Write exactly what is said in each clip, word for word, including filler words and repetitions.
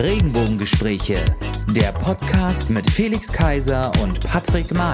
Regenbogengespräche, der Podcast mit Felix Kaiser und Patrick May.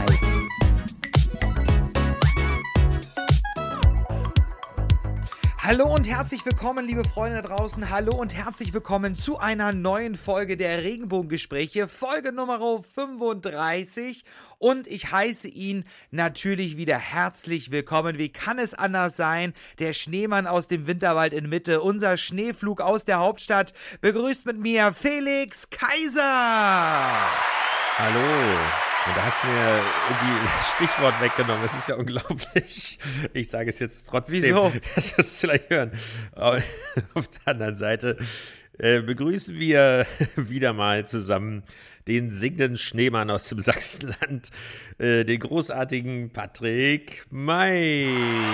Hallo und herzlich willkommen, liebe Freunde da draußen. Hallo und herzlich willkommen zu einer neuen Folge der Regenbogengespräche, Folge Nummer fünfunddreißig. Und ich heiße ihn natürlich wieder herzlich willkommen. Wie kann es anders sein? Der Schneemann aus dem Winterwald in Mitte, unser Schneeflug aus der Hauptstadt, begrüßt mit mir Felix Kaiser. Hallo. Und da hast du mir irgendwie das Stichwort weggenommen. Das ist ja unglaublich. Ich sage es jetzt trotzdem. Wieso? Das wirst du gleich hören. Aber auf der anderen Seite äh, begrüßen wir wieder mal zusammen den singenden Schneemann aus dem Sachsenland, äh, den großartigen Patrick May.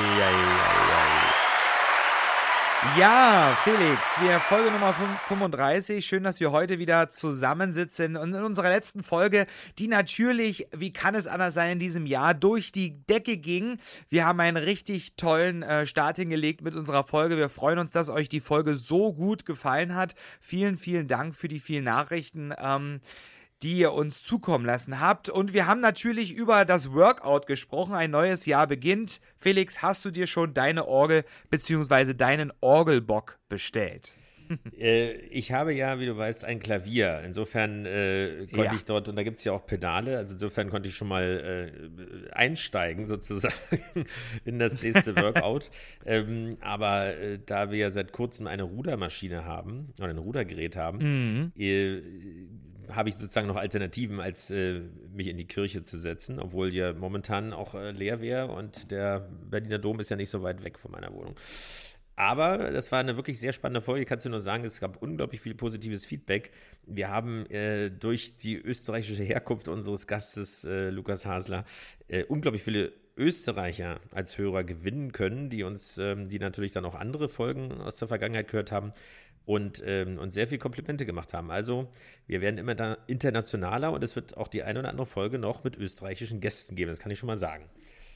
Ja, Felix, wir Folge Nummer fünfunddreißig. Schön, dass wir heute wieder zusammensitzen. Und in unserer letzten Folge, die natürlich, wie kann es anders sein, in diesem Jahr durch die Decke ging. Wir haben einen richtig tollen äh, Start hingelegt mit unserer Folge. Wir freuen uns, dass euch die Folge so gut gefallen hat. Vielen, vielen Dank für die vielen Nachrichten, ähm, die ihr uns zukommen lassen habt. Und wir haben natürlich über das Workout gesprochen. Ein neues Jahr beginnt. Felix, hast du dir schon deine Orgel bzw. deinen Orgelbock bestellt? äh, ich habe ja, wie du weißt, ein Klavier. Insofern äh, konnte Ja. ich dort, und da gibt es ja auch Pedale, also insofern konnte ich schon mal äh, einsteigen sozusagen in das nächste Workout. ähm, aber äh, da wir ja seit kurzem eine Rudermaschine haben, oder ein Rudergerät haben, Mhm. äh, habe ich sozusagen noch Alternativen, als äh, mich in die Kirche zu setzen, obwohl ja momentan auch äh, leer wäre und der Berliner Dom ist ja nicht so weit weg von meiner Wohnung. Aber das war eine wirklich sehr spannende Folge. Ich kann es dir nur sagen, es gab unglaublich viel positives Feedback. Wir haben äh, durch die österreichische Herkunft unseres Gastes äh, Lukas Hasler äh, unglaublich viele Österreicher als Hörer gewinnen können, die uns, ähm, die natürlich dann auch andere Folgen aus der Vergangenheit gehört haben. Und, ähm, und sehr viel Komplimente gemacht haben. Also wir werden immer da internationaler und es wird auch die eine oder andere Folge noch mit österreichischen Gästen geben, das kann ich schon mal sagen.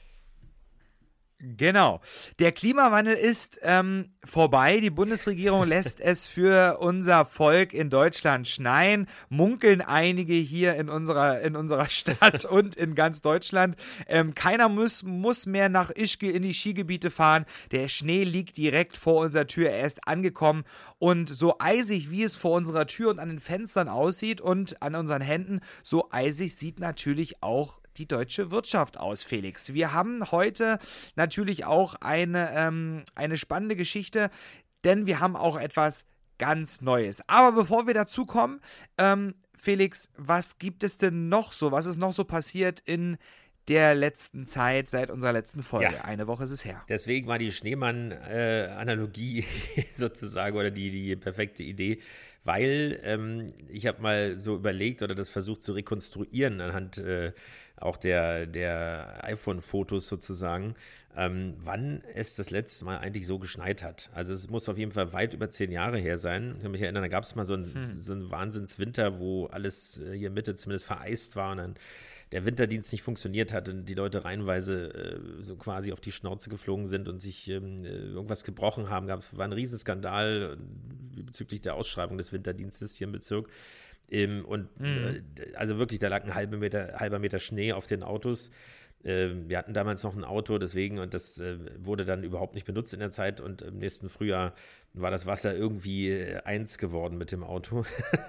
Genau. Der Klimawandel ist ähm, vorbei. Die Bundesregierung lässt es für unser Volk in Deutschland schneien. Munkeln einige hier in unserer, in unserer Stadt und in ganz Deutschland. Ähm, keiner muss, muss mehr nach Ischgl in die Skigebiete fahren. Der Schnee liegt direkt vor unserer Tür. Er ist angekommen. Und so eisig, wie es vor unserer Tür und an den Fenstern aussieht und an unseren Händen, so eisig sieht natürlich auch die deutsche Wirtschaft aus, Felix. Wir haben heute natürlich auch eine, ähm, eine spannende Geschichte, denn wir haben auch etwas ganz Neues. Aber bevor wir dazu kommen, ähm, Felix, was gibt es denn noch so? Was ist noch so passiert in der letzten Zeit, seit unserer letzten Folge? Ja. Eine Woche ist es her. Deswegen war die Schneemann-Analogie äh, sozusagen oder die, die perfekte Idee, weil ähm, ich habe mal so überlegt oder das versucht zu rekonstruieren anhand äh, auch der, der iPhone-Fotos sozusagen, ähm, wann es das letzte Mal eigentlich so geschneit hat. Also es muss auf jeden Fall weit über zehn Jahre her sein. Ich kann mich erinnern, da gab es mal so einen, hm. so einen Wahnsinnswinter, wo alles äh, hier in Mitte zumindest vereist war und dann der Winterdienst nicht funktioniert hat und die Leute reihenweise äh, so quasi auf die Schnauze geflogen sind und sich ähm, irgendwas gebrochen haben. Gab, war ein Riesenskandal äh, bezüglich der Ausschreibung des Winterdienstes hier im Bezirk. Ähm, und Mhm. äh, also wirklich, da lag ein halber Meter, halber Meter Schnee auf den Autos. Äh, wir hatten damals noch ein Auto, deswegen, und das äh, wurde dann überhaupt nicht benutzt in der Zeit. Und im nächsten Frühjahr war das Wasser irgendwie äh, eins geworden mit dem Auto.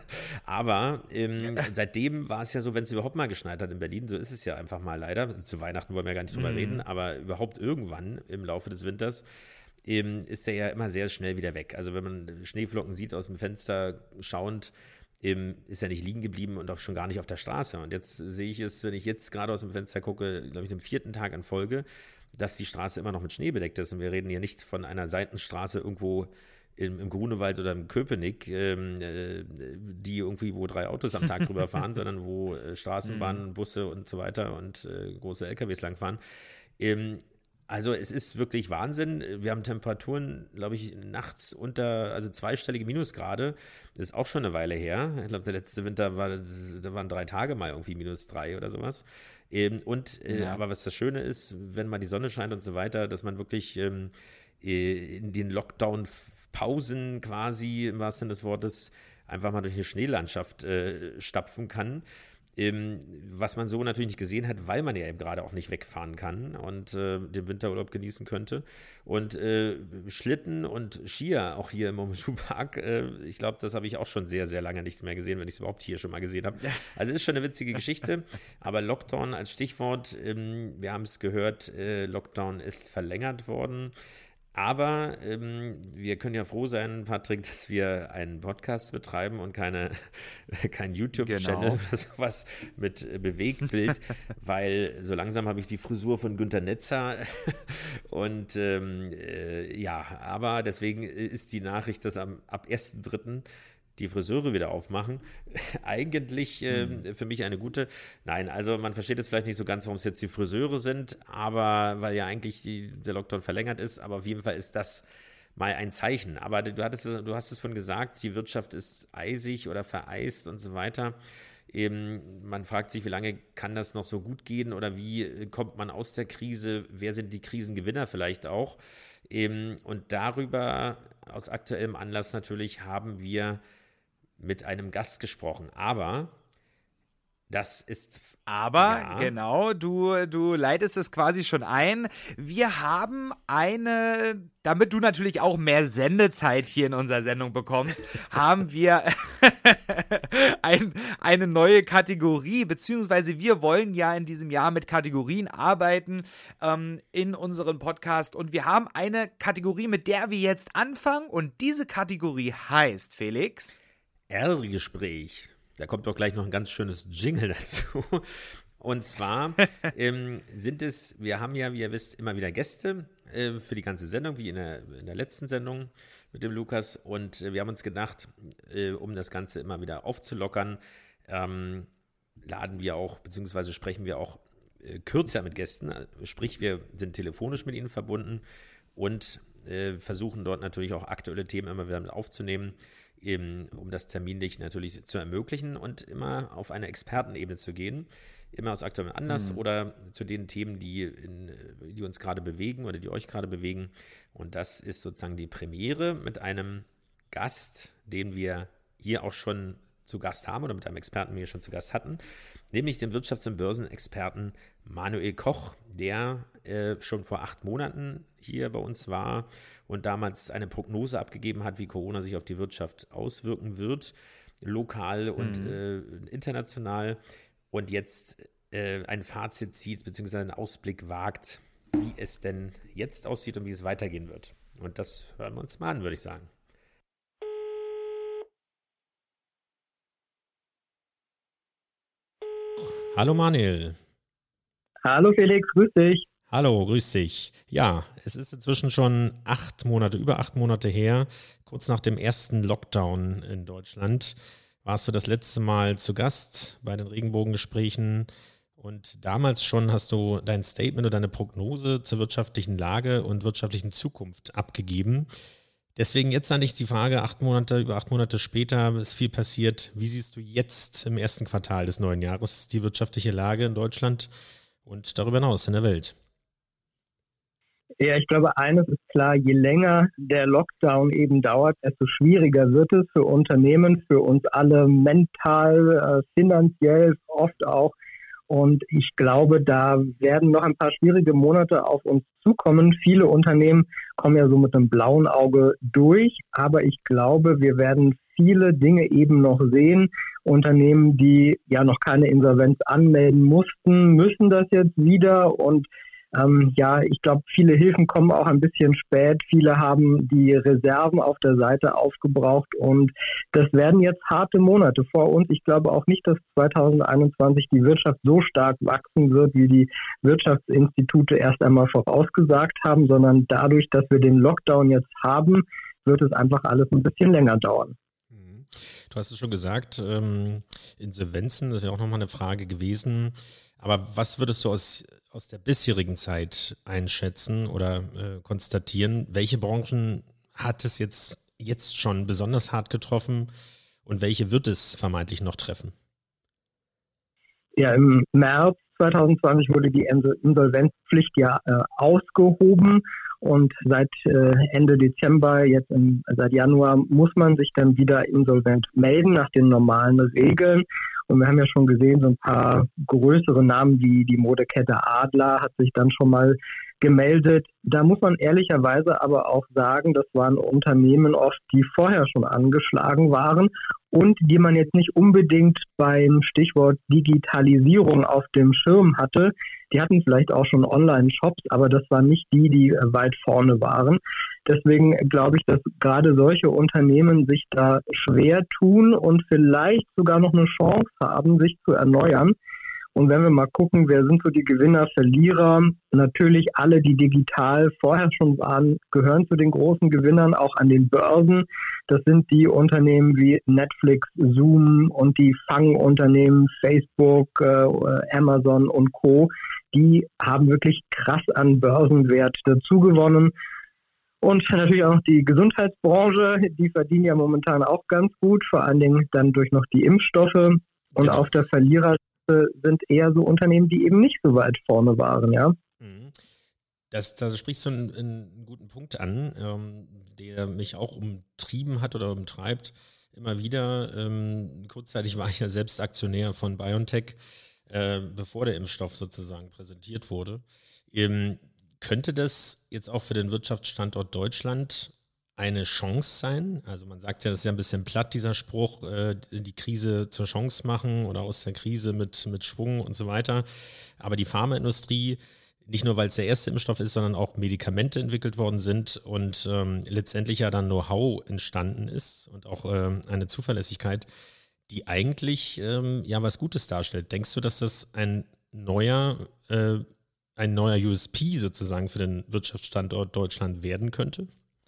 Aber ähm, seitdem war es ja so, wenn es überhaupt mal geschneit hat in Berlin, so ist es ja einfach mal leider. Zu Weihnachten wollen wir gar nicht drüber Mhm. reden, aber überhaupt irgendwann im Laufe des Winters ähm, ist der ja immer sehr schnell wieder weg. Also wenn man Schneeflocken sieht aus dem Fenster schauend, ähm, ist er nicht liegen geblieben und auch schon gar nicht auf der Straße. Und jetzt sehe ich es, wenn ich jetzt gerade aus dem Fenster gucke, glaube ich, den vierten Tag in Folge, dass die Straße immer noch mit Schnee bedeckt ist. Und wir reden hier nicht von einer Seitenstraße irgendwo im, im Grunewald oder im Köpenick, ähm, äh, die irgendwie, wo drei Autos am Tag drüber fahren, sondern wo äh, Straßenbahnen, Busse und so weiter und äh, große L K Ws langfahren. Ähm, Also es ist wirklich Wahnsinn. Wir haben Temperaturen, glaube ich, nachts unter, also zweistellige Minusgrade. Das ist auch schon eine Weile her. Ich glaube, der letzte Winter war, da waren drei Tage mal irgendwie minus drei oder sowas. Ähm, und, äh, Ja. aber was das Schöne ist, wenn mal die Sonne scheint und so weiter, dass man wirklich ähm, äh, in den Lockdown-Pausen quasi, im wahrsten Sinne des Wortes, einfach mal durch eine Schneelandschaft äh, stapfen kann. Ähm, was man so natürlich nicht gesehen hat, weil man ja eben gerade auch nicht wegfahren kann und äh, den Winterurlaub genießen könnte. Und äh, Schlitten und Skier auch hier im Momshu-Park, äh, ich glaube, das habe ich auch schon sehr, sehr lange nicht mehr gesehen, wenn ich es überhaupt hier schon mal gesehen habe. Also ist schon eine witzige Geschichte, aber Lockdown als Stichwort, ähm, wir haben es gehört, äh, Lockdown ist verlängert worden. Aber ähm, wir können ja froh sein, Patrick, dass wir einen Podcast betreiben und keine, kein YouTube-Channel Genau. oder sowas mit äh, Bewegtbild, weil so langsam habe ich die Frisur von Günter Netzer und ähm, äh, ja, aber deswegen ist die Nachricht, dass am, ab ersten dritten die Friseure wieder aufmachen, eigentlich äh, hm. für mich eine gute. Nein, also man versteht jetzt vielleicht nicht so ganz, warum es jetzt die Friseure sind, aber weil ja eigentlich die, der Lockdown verlängert ist, aber auf jeden Fall ist das mal ein Zeichen. Aber du hattest, du hast es von gesagt, die Wirtschaft ist eisig oder vereist und so weiter. Eben, man fragt sich, wie lange kann das noch so gut gehen oder wie kommt man aus der Krise? Wer sind die Krisengewinner vielleicht auch? Eben, und darüber, aus aktuellem Anlass natürlich, haben wir mit einem Gast gesprochen, aber das ist... Aber, ja. genau, du, du leitest es quasi schon ein. Wir haben eine, damit du natürlich auch mehr Sendezeit hier in unserer Sendung bekommst, haben wir ein, eine neue Kategorie, beziehungsweise wir wollen ja in diesem Jahr mit Kategorien arbeiten ähm, in unserem Podcast und wir haben eine Kategorie, mit der wir jetzt anfangen und diese Kategorie heißt, Felix... R-Gespräch. Da kommt doch gleich noch ein ganz schönes Jingle dazu. Und zwar ähm, sind es, wir haben ja, wie ihr wisst, immer wieder Gäste äh, für die ganze Sendung, wie in der, in der letzten Sendung mit dem Lukas. Und äh, wir haben uns gedacht, äh, um das Ganze immer wieder aufzulockern, ähm, laden wir auch, beziehungsweise sprechen wir auch äh, kürzer mit Gästen. Sprich, wir sind telefonisch mit ihnen verbunden und äh, versuchen dort natürlich auch aktuelle Themen immer wieder mit aufzunehmen, eben, um das terminlich natürlich zu ermöglichen und immer auf eine Expertenebene zu gehen, immer aus aktuellem Anlass mhm. oder zu den Themen, die, in, die uns gerade bewegen oder die euch gerade bewegen. Und das ist sozusagen die Premiere mit einem Gast, den wir hier auch schon zu Gast haben oder mit einem Experten, den wir schon zu Gast hatten, nämlich dem Wirtschafts- und Börsenexperten Manuel Koch, der äh, schon vor acht Monaten hier bei uns war und damals eine Prognose abgegeben hat, wie Corona sich auf die Wirtschaft auswirken wird, lokal und mhm. äh, international, und jetzt äh, ein Fazit zieht, beziehungsweise einen Ausblick wagt, wie es denn jetzt aussieht und wie es weitergehen wird. Und das hören wir uns mal an, würde ich sagen. Hallo Manuel. Hallo Felix, grüß dich. Hallo, grüß dich. Ja, es ist inzwischen schon acht Monate, über acht Monate her, kurz nach dem ersten Lockdown in Deutschland, warst du das letzte Mal zu Gast bei den Regenbogengesprächen und damals schon hast du dein Statement oder deine Prognose zur wirtschaftlichen Lage und wirtschaftlichen Zukunft abgegeben. Deswegen jetzt an dich die Frage, acht Monate, über acht Monate später ist viel passiert. Wie siehst du jetzt im ersten Quartal des neuen Jahres die wirtschaftliche Lage in Deutschland und darüber hinaus in der Welt? Ja, ich glaube, eines ist klar, je länger der Lockdown eben dauert, desto schwieriger wird es für Unternehmen, für uns alle mental, äh, finanziell, oft auch. Und ich glaube, da werden noch ein paar schwierige Monate auf uns zukommen. Viele Unternehmen kommen ja so mit einem blauen Auge durch, aber ich glaube, wir werden viele Dinge eben noch sehen. Unternehmen, die ja noch keine Insolvenz anmelden mussten, müssen das jetzt wieder. Und ähm, ja, ich glaube, viele Hilfen kommen auch ein bisschen spät. Viele haben die Reserven auf der Seite aufgebraucht und das werden jetzt harte Monate vor uns. Ich glaube auch nicht, dass zwanzig einundzwanzig die Wirtschaft so stark wachsen wird, wie die Wirtschaftsinstitute erst einmal vorausgesagt haben, sondern dadurch, dass wir den Lockdown jetzt haben, wird es einfach alles ein bisschen länger dauern. Du hast es schon gesagt, ähm, Insolvenzen, das wäre auch nochmal eine Frage gewesen. Aber was würdest du aus, aus der bisherigen Zeit einschätzen oder äh, konstatieren? Welche Branchen hat es jetzt, jetzt schon besonders hart getroffen und welche wird es vermeintlich noch treffen? Ja, im März zwanzig zwanzig wurde die Insolvenzpflicht ja äh, ausgehoben Und seit äh, Ende Dezember, jetzt im, seit Januar, muss man sich dann wieder insolvent melden nach den normalen Regeln. Und wir haben ja schon gesehen, so ein paar größere Namen wie die Modekette Adler hat sich dann schon mal gemeldet. Da muss man ehrlicherweise aber auch sagen, das waren Unternehmen oft, die vorher schon angeschlagen waren und die man jetzt nicht unbedingt beim Stichwort Digitalisierung auf dem Schirm hatte. Die hatten vielleicht auch schon Online-Shops, aber das waren nicht die, die weit vorne waren. Deswegen glaube ich, dass gerade solche Unternehmen sich da schwer tun und vielleicht sogar noch eine Chance haben, sich zu erneuern. Und wenn wir mal gucken, wer sind so die Gewinner, Verlierer, natürlich alle, die digital vorher schon waren, gehören zu den großen Gewinnern, auch an den Börsen. Das sind die Unternehmen wie Netflix, Zoom und die Fangunternehmen Facebook, äh, Amazon und Co. Die haben wirklich krass an Börsenwert dazugewonnen. Und natürlich auch noch die Gesundheitsbranche, die verdienen ja momentan auch ganz gut, vor allen Dingen dann durch noch die Impfstoffe. Und Genau. auf der Verlierer sind eher so Unternehmen, die eben nicht so weit vorne waren, ja. Das, da sprichst du einen, einen guten Punkt an, ähm, der mich auch umtrieben hat oder umtreibt immer wieder. Ähm, kurzzeitig war ich ja selbst Aktionär von BioNTech, äh, bevor der Impfstoff sozusagen präsentiert wurde. Ähm, könnte das jetzt auch für den Wirtschaftsstandort Deutschland eine Chance sein? Also man sagt ja, das ist ja ein bisschen platt, dieser Spruch, äh, die Krise zur Chance machen oder aus der Krise mit, mit Schwung und so weiter. Aber die Pharmaindustrie, nicht nur, weil es der erste Impfstoff ist, sondern auch Medikamente entwickelt worden sind und ähm, letztendlich ja dann Know-how entstanden ist und auch ähm, eine Zuverlässigkeit, die eigentlich ähm, ja was Gutes darstellt. Denkst du, dass das ein neuer, äh, ein neuer U S P sozusagen für den Wirtschaftsstandort Deutschland werden könnte?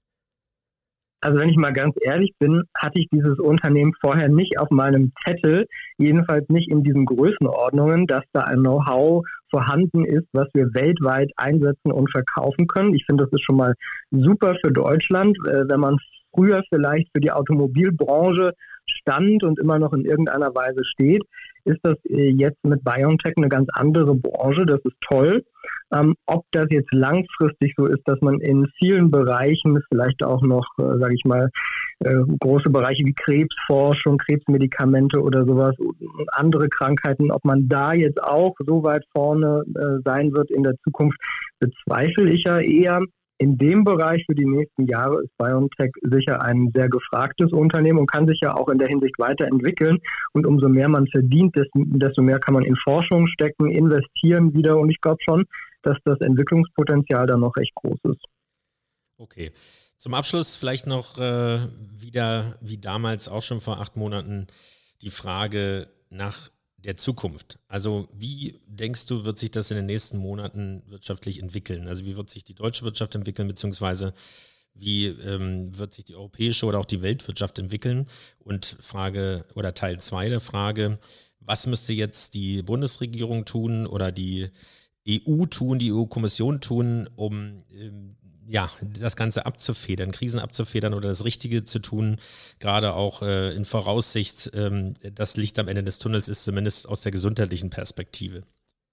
Also wenn ich mal ganz ehrlich bin, hatte ich dieses Unternehmen vorher nicht auf meinem Zettel, jedenfalls nicht in diesen Größenordnungen, dass da ein Know-how vorhanden ist, was wir weltweit einsetzen und verkaufen können. Ich finde, das ist schon mal super für Deutschland, wenn man früher vielleicht für die Automobilbranche stand und immer noch in irgendeiner Weise steht, ist das jetzt mit BioNTech eine ganz andere Branche. Das ist toll. Ähm, ob das jetzt langfristig so ist, dass man in vielen Bereichen, vielleicht auch noch, äh, sage ich mal, äh, große Bereiche wie Krebsforschung, Krebsmedikamente oder sowas und andere Krankheiten, ob man da jetzt auch so weit vorne äh, sein wird in der Zukunft, bezweifle ich ja eher. In dem Bereich für die nächsten Jahre ist BioNTech sicher ein sehr gefragtes Unternehmen und kann sich ja auch in der Hinsicht weiterentwickeln. Und umso mehr man verdient, desto mehr kann man in Forschung stecken, investieren wieder. Und ich glaube schon, dass das Entwicklungspotenzial da noch recht groß ist. Okay. Zum Abschluss vielleicht noch äh, wieder, wie damals auch schon vor acht Monaten, die Frage nach der Zukunft. Also wie denkst du, wird sich das in den nächsten Monaten wirtschaftlich entwickeln? Also wie wird sich die deutsche Wirtschaft entwickeln, beziehungsweise wie ähm, wird sich die europäische oder auch die Weltwirtschaft entwickeln? Und Frage oder Teil zwei der Frage, was müsste jetzt die Bundesregierung tun oder die E U tun, die E U-Kommission tun, um ähm, ja, das Ganze abzufedern, Krisen abzufedern oder das Richtige zu tun, gerade auch äh, in Voraussicht, ähm, das Licht am Ende des Tunnels ist, zumindest aus der gesundheitlichen Perspektive?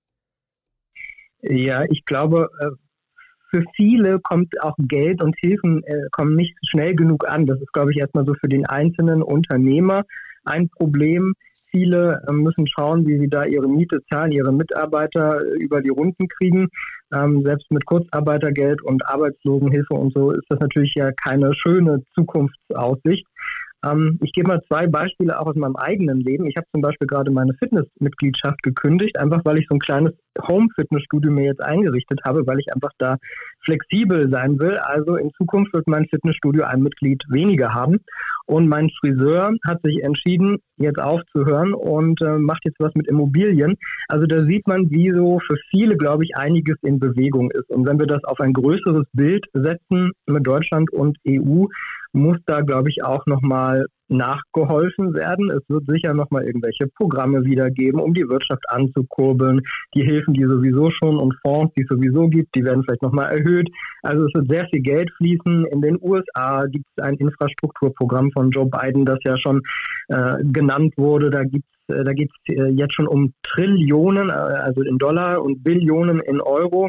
Ja, ich glaube, für viele kommt auch Geld und Hilfen äh, kommen nicht schnell genug an. Das ist, glaube ich, erstmal so für den einzelnen Unternehmer ein Problem. Viele müssen schauen, wie sie da ihre Miete zahlen, ihre Mitarbeiter über die Runden kriegen. Ähm, selbst mit Kurzarbeitergeld und Arbeitslosenhilfe und so ist das natürlich ja keine schöne Zukunftsaussicht. Ähm, ich gebe mal zwei Beispiele auch aus meinem eigenen Leben. Ich habe zum Beispiel gerade meine Fitnessmitgliedschaft gekündigt, einfach weil ich so ein kleines Home-Fitnessstudio mir jetzt eingerichtet habe, weil ich einfach da flexibel sein will. Also in Zukunft wird mein Fitnessstudio ein Mitglied weniger haben. Und mein Friseur hat sich entschieden, jetzt aufzuhören und äh, macht jetzt was mit Immobilien. Also da sieht man, wie so für viele, glaube ich, einiges in Bewegung ist. Und wenn wir das auf ein größeres Bild setzen mit Deutschland und E U, muss da, glaube ich, auch nochmal nachgeholfen werden. Es wird sicher nochmal irgendwelche Programme wieder geben, um die Wirtschaft anzukurbeln. Die Hilfen, die sowieso schon und Fonds, die es sowieso gibt, die werden vielleicht nochmal erhöht. Also es wird sehr viel Geld fließen. In den U S A gibt es ein Infrastrukturprogramm von Joe Biden, das ja schon äh, genannt wurde. Da gibt's äh, da geht es äh, jetzt schon um Trillionen, äh, also in Dollar und Billionen in Euro.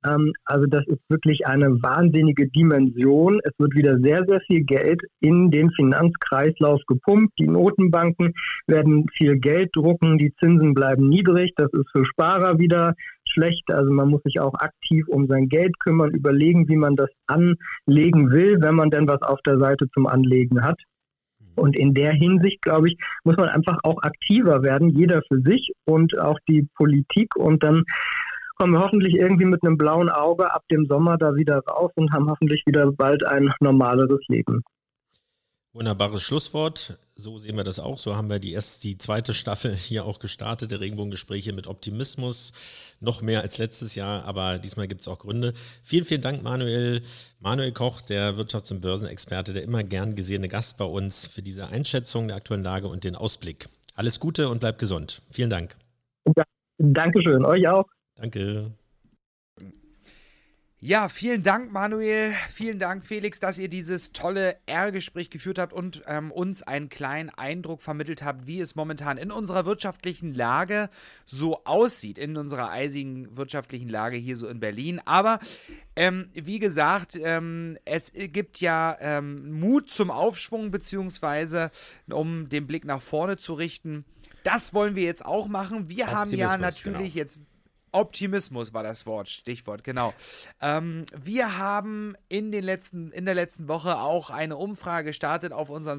Ähm, also das ist wirklich eine wahnsinnige Dimension. Es wird wieder sehr, sehr viel Geld in den Finanzkreislauf gepumpt. Die Notenbanken werden viel Geld drucken, die Zinsen bleiben niedrig. Das ist für Sparer wieder schlecht. Also man muss sich auch aktiv um sein Geld kümmern, überlegen, wie man das anlegen will, wenn man denn was auf der Seite zum Anlegen hat. Und in der Hinsicht, glaube ich, muss man einfach auch aktiver werden, jeder für sich und auch die Politik. Und dann kommen wir hoffentlich irgendwie mit einem blauen Auge ab dem Sommer da wieder raus und haben hoffentlich wieder bald ein normaleres Leben. Wunderbares Schlusswort. So sehen wir das auch. So haben wir die erst die zweite Staffel hier auch gestartet, der Regenbogengespräche mit Optimismus. Noch mehr als letztes Jahr, aber diesmal gibt es auch Gründe. Vielen, vielen Dank, Manuel. Manuel Koch, der Wirtschafts- und Börsenexperte, der immer gern gesehene Gast bei uns, für diese Einschätzung der aktuellen Lage und den Ausblick. Alles Gute und bleibt gesund. Vielen Dank. Ja, Dankeschön, euch auch. Danke. Ja, vielen Dank, Manuel. Vielen Dank, Felix, dass ihr dieses tolle R-Gespräch geführt habt und ähm, uns einen kleinen Eindruck vermittelt habt, wie es momentan in unserer wirtschaftlichen Lage so aussieht, in unserer eisigen wirtschaftlichen Lage hier so in Berlin. Aber ähm, wie gesagt, ähm, es gibt ja ähm, Mut zum Aufschwung, beziehungsweise um den Blick nach vorne zu richten. Das wollen wir jetzt auch machen. Wir haben ja natürlich genau. jetzt... Optimismus war das Wort, Stichwort, genau. Ähm, wir haben in, den letzten, in der letzten Woche auch eine Umfrage gestartet auf unseren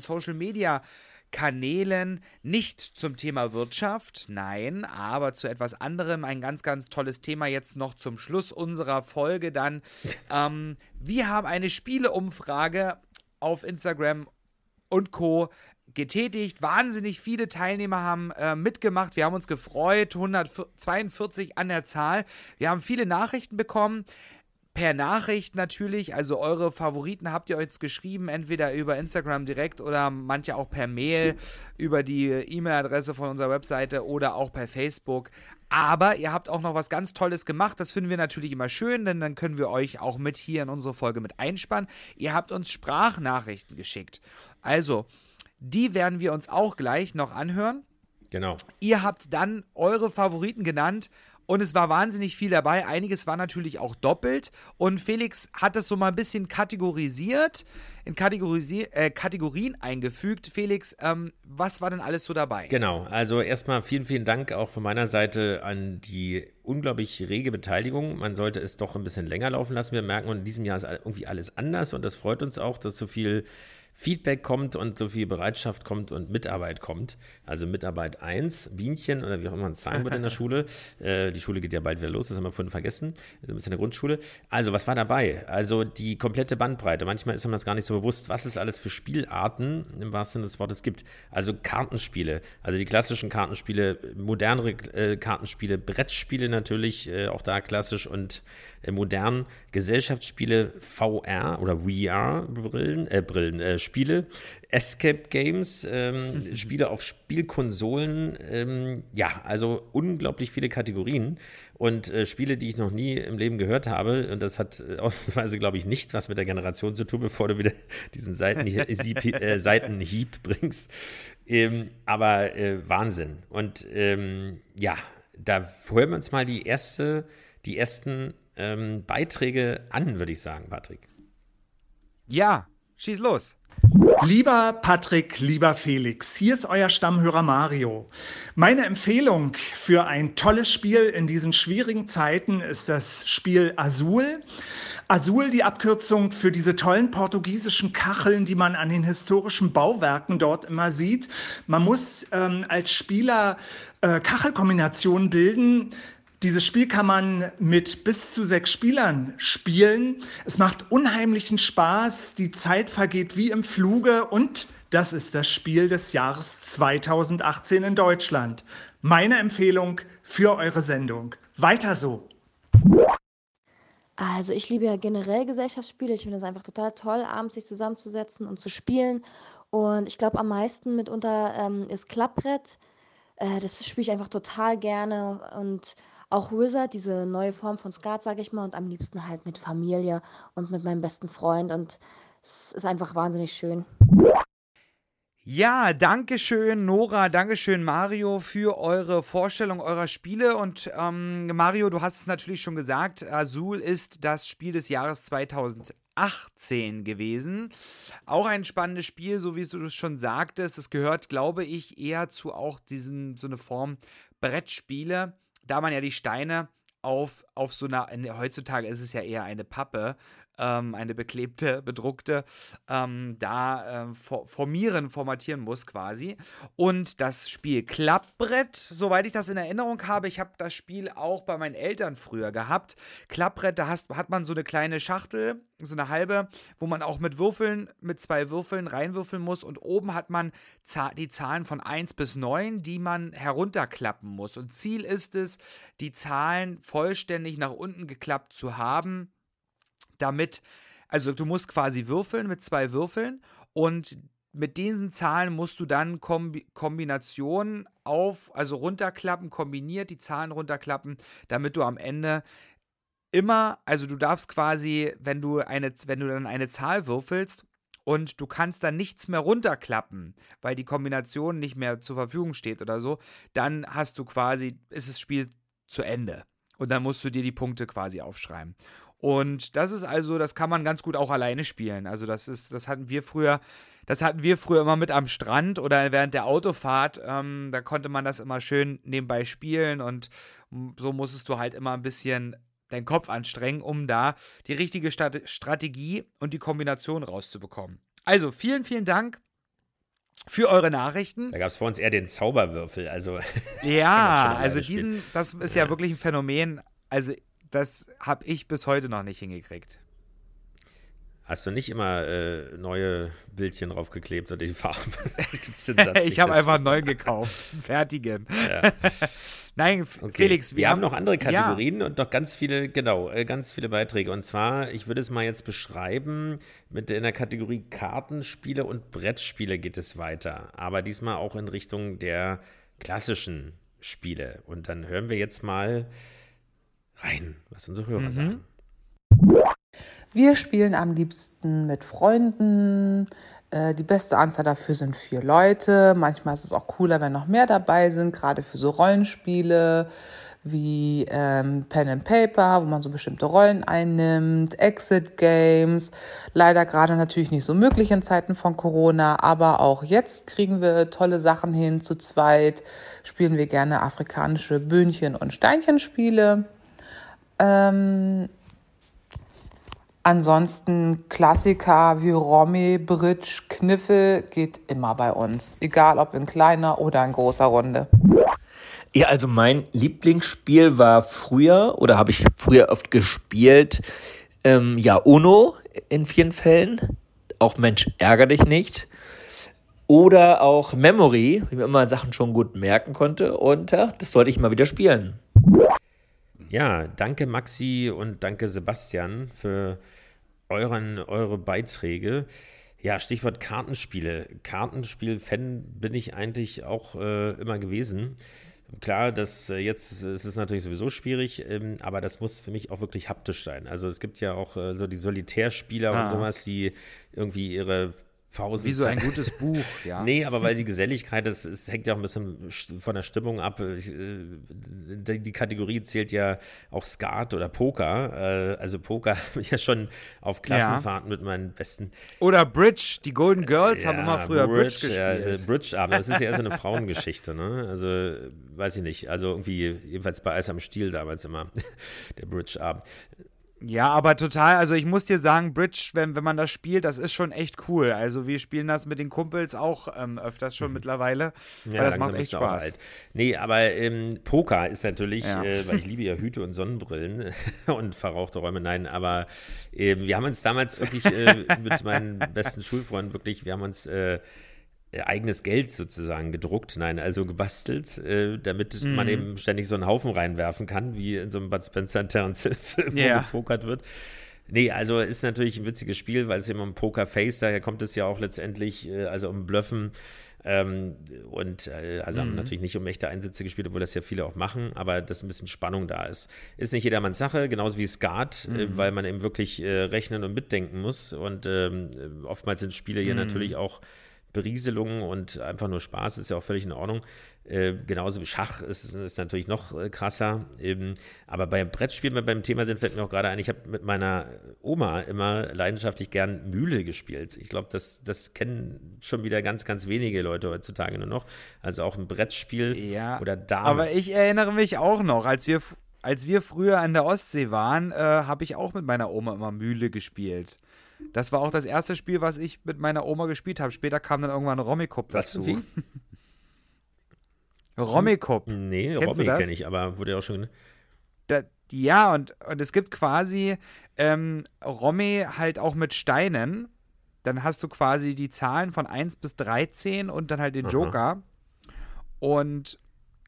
Social-Media-Kanälen, nicht zum Thema Wirtschaft, nein, aber zu etwas anderem, ein ganz, ganz tolles Thema jetzt noch zum Schluss unserer Folge dann. Ähm, wir haben eine Spieleumfrage auf Instagram und Co. getätigt. Wahnsinnig viele Teilnehmer haben äh, mitgemacht. Wir haben uns gefreut. hundertzweiundvierzig an der Zahl. Wir haben viele Nachrichten bekommen. Per Nachricht natürlich. Also eure Favoriten habt ihr euch geschrieben. Entweder über Instagram direkt oder manche auch per Mail über die E-Mail-Adresse von unserer Webseite oder auch per Facebook. Aber ihr habt auch noch was ganz Tolles gemacht. Das finden wir natürlich immer schön, denn dann können wir euch auch mit hier in unsere Folge mit einspannen. Ihr habt uns Sprachnachrichten geschickt. Also, die werden wir uns auch gleich noch anhören. Genau. Ihr habt dann eure Favoriten genannt und es war wahnsinnig viel dabei. Einiges war natürlich auch doppelt. Und Felix hat das so mal ein bisschen kategorisiert, in Kategorisi- äh, Kategorien eingefügt. Felix, ähm, was war denn alles so dabei? Genau, also erstmal vielen, vielen Dank auch von meiner Seite an die unglaublich rege Beteiligung. Man sollte es doch ein bisschen länger laufen lassen. Wir merken, in diesem Jahr ist irgendwie alles anders und das freut uns auch, dass so viel Feedback kommt und so viel Bereitschaft kommt und Mitarbeit kommt. Also Mitarbeit eins, Bienchen oder wie auch immer man es sagen würde in der Schule. Äh, die Schule geht ja bald wieder los, das haben wir vorhin vergessen. Also ein bisschen in der Grundschule. Also was war dabei? Also die komplette Bandbreite. Manchmal ist man das gar nicht so bewusst, was es alles für Spielarten im wahrsten Sinne des Wortes gibt. Also Kartenspiele, also die klassischen Kartenspiele, modernere äh, Kartenspiele, Brettspiele natürlich, äh, auch da klassisch und äh, modern, Gesellschaftsspiele, V R oder V R-Brillen, äh, Brillen, äh, Spiele, Escape Games, ähm, Spiele auf Spielkonsolen, ähm, ja, also unglaublich viele Kategorien und äh, Spiele, die ich noch nie im Leben gehört habe und das hat äh, ausnahmsweise, glaube ich, nicht was mit der Generation zu tun, bevor du wieder diesen Seitenhieb, äh, Seitenhieb bringst, ähm, aber äh, Wahnsinn und ähm, ja, da hören wir uns mal die erste, die ersten ähm, Beiträge an, würde ich sagen, Patrick. Ja, schieß los. Lieber Patrick, lieber Felix, hier ist euer Stammhörer Mario. Meine Empfehlung für ein tolles Spiel in diesen schwierigen Zeiten ist das Spiel Azul. Azul, die Abkürzung für diese tollen portugiesischen Kacheln, die man an den historischen Bauwerken dort immer sieht. Man muss ähm, als Spieler äh, Kachelkombinationen bilden. Dieses Spiel kann man mit bis zu sechs Spielern spielen. Es macht unheimlichen Spaß, die Zeit vergeht wie im Fluge und das ist das Spiel des Jahres zweitausendachtzehn in Deutschland. Meine Empfehlung für eure Sendung. Weiter so! Also ich liebe ja generell Gesellschaftsspiele. Ich finde es einfach total toll, abends sich zusammenzusetzen und zu spielen. Und ich glaube am meisten mitunter ähm, ist Klappbrett. Äh, das spiele ich einfach total gerne und auch Wizard, diese neue Form von Skat, sage ich mal, und am liebsten halt mit Familie und mit meinem besten Freund und es ist einfach wahnsinnig schön. Ja, danke schön Nora, danke schön Mario für eure Vorstellung eurer Spiele und ähm, Mario, du hast es natürlich schon gesagt, Azul ist das Spiel des Jahres zweitausendachtzehn gewesen. Auch ein spannendes Spiel, so wie du es schon sagtest. Es gehört, glaube ich, eher zu auch diesen, so eine Form Brettspiele, da man ja die Steine auf, auf so einer, heutzutage ist es ja eher eine Pappe, ähm, eine beklebte, bedruckte, ähm, da äh, formieren, formatieren muss quasi. Und das Spiel Klappbrett, soweit ich das in Erinnerung habe, ich habe das Spiel auch bei meinen Eltern früher gehabt. Klappbrett, da hast, hat man so eine kleine Schachtel, so eine halbe, wo man auch mit Würfeln, mit zwei Würfeln reinwürfeln muss und oben hat man za- die Zahlen von eins bis neun, die man herunterklappen muss. Und Ziel ist es, die Zahlen vollständig nach unten geklappt zu haben, damit, also du musst quasi würfeln mit zwei Würfeln und mit diesen Zahlen musst du dann Kombi- Kombinationen auf, also runterklappen, kombiniert die Zahlen runterklappen, damit du am Ende immer, also du darfst quasi, wenn du eine, wenn du dann eine Zahl würfelst und du kannst dann nichts mehr runterklappen, weil die Kombination nicht mehr zur Verfügung steht oder so, dann hast du quasi, ist das Spiel zu Ende. Und dann musst du dir die Punkte quasi aufschreiben. Und das ist also, das kann man ganz gut auch alleine spielen. Also das ist, das hatten wir früher, das hatten wir früher immer mit am Strand oder während der Autofahrt. Ähm, da konnte man das immer schön nebenbei spielen und so musstest du halt immer ein bisschen deinen Kopf anstrengen, um da die richtige Stat- Strategie und die Kombination rauszubekommen. Also vielen, vielen Dank für eure Nachrichten. Da gab es bei uns eher den Zauberwürfel. Also ja, also diesen, das ist ja. ja wirklich ein Phänomen. Also das habe ich bis heute noch nicht hingekriegt. Hast du nicht immer äh, neue Bildchen draufgeklebt oder die Farben? Ich habe einfach einen neuen gekauft, einen fertigen. Ja. Nein, okay. Felix, wir, wir haben noch andere Kategorien ja. und noch ganz viele, genau, äh, ganz viele Beiträge. Und zwar, ich würde es mal jetzt beschreiben, mit in der Kategorie Kartenspiele und Brettspiele geht es weiter. Aber diesmal auch in Richtung der klassischen Spiele. Und dann hören wir jetzt mal rein, was unsere Hörer mhm. sagen. Wir spielen am liebsten mit Freunden. Äh, die beste Anzahl dafür sind vier Leute. Manchmal ist es auch cooler, wenn noch mehr dabei sind, gerade für so Rollenspiele wie ähm, Pen and Paper, wo man so bestimmte Rollen einnimmt, Exit Games. Leider gerade natürlich nicht so möglich in Zeiten von Corona, aber auch jetzt kriegen wir tolle Sachen hin. Zu zweit spielen wir gerne afrikanische Böhnchen- und Steinchenspiele. Ähm, ansonsten Klassiker wie Romy, Bridge, Kniffel geht immer bei uns. Egal ob in kleiner oder in großer Runde. Ja, also mein Lieblingsspiel war früher, oder habe ich früher oft gespielt, ähm, ja, Uno in vielen Fällen. Auch Mensch, ärger dich nicht. Oder auch Memory, wie man immer Sachen schon gut merken konnte. Und ja, das sollte ich mal wieder spielen. Ja, danke Maxi und danke Sebastian für euren, eure Beiträge. Ja, Stichwort Kartenspiele. Kartenspiel-Fan bin ich eigentlich auch äh, immer gewesen. Klar, das äh, jetzt ist es natürlich sowieso schwierig, ähm, aber das muss für mich auch wirklich haptisch sein. Also es gibt ja auch äh, so die Solitärspieler ah. und sowas, die irgendwie ihre Pausen. Wie so ein gutes Buch, ja. Nee, aber weil die Geselligkeit, das, das hängt ja auch ein bisschen von der Stimmung ab. Die, die Kategorie zählt ja auch Skat oder Poker. Also Poker habe ich ja schon auf Klassenfahrten ja. mit meinen besten. Oder Bridge, die Golden Girls ja, haben immer früher Bridge, Bridge gespielt. Ja, Bridge-Abend, das ist ja eher so eine Frauengeschichte, ne? Also, weiß ich nicht. Also irgendwie, jedenfalls bei Eis am Stiel damals immer, der Bridge-Abend. Ja, aber total, also ich muss dir sagen, Bridge, wenn, wenn man das spielt, das ist schon echt cool. Also wir spielen das mit den Kumpels auch ähm, öfters schon mhm. mittlerweile, ja, weil das macht echt Spaß. Alt. Nee, aber ähm, Poker ist natürlich, ja. äh, weil ich liebe ja Hüte und Sonnenbrillen und verrauchte Räume, nein, aber äh, wir haben uns damals wirklich äh, mit meinen besten Schulfreunden wirklich, wir haben uns äh, eigenes Geld sozusagen gedruckt, nein, also gebastelt, äh, damit mm. man eben ständig so einen Haufen reinwerfen kann, wie in so einem Bud Spencer und Terence Hill-Film, yeah. wo gepokert wird. Nee, also ist natürlich ein witziges Spiel, weil es immer um Pokerface, daher kommt es ja auch letztendlich, äh, also um Bluffen ähm, und äh, also mm. haben natürlich nicht um echte Einsätze gespielt, obwohl das ja viele auch machen, aber dass ein bisschen Spannung da ist. Ist nicht jedermanns Sache, genauso wie Skat, mm. äh, weil man eben wirklich äh, rechnen und mitdenken muss und ähm, oftmals sind Spiele hier mm. natürlich auch Berieselung und einfach nur Spaß, ist ja auch völlig in Ordnung. Äh, genauso wie Schach ist, ist natürlich noch äh, krasser. Ähm, aber beim Brettspiel, wenn wir beim Thema sind, fällt mir auch gerade ein, ich habe mit meiner Oma immer leidenschaftlich gern Mühle gespielt. Ich glaube, das, das kennen schon wieder ganz, ganz wenige Leute heutzutage nur noch. Also auch ein Brettspiel Ja, oder Dame. aber ich erinnere mich auch noch, als wir, als wir früher an der Ostsee waren, äh, habe ich auch mit meiner Oma immer Mühle gespielt. Das war auch das erste Spiel, was ich mit meiner Oma gespielt habe. Später kam dann irgendwann Rummikub dazu. Was, Rummikub. Nee, Kennst Robby du das? kenne ich, aber wurde ja auch schon. Da, ja, und, und es gibt quasi ähm, Romme halt auch mit Steinen. Dann hast du quasi die Zahlen von eins bis dreizehn und dann halt den Aha. Joker. Und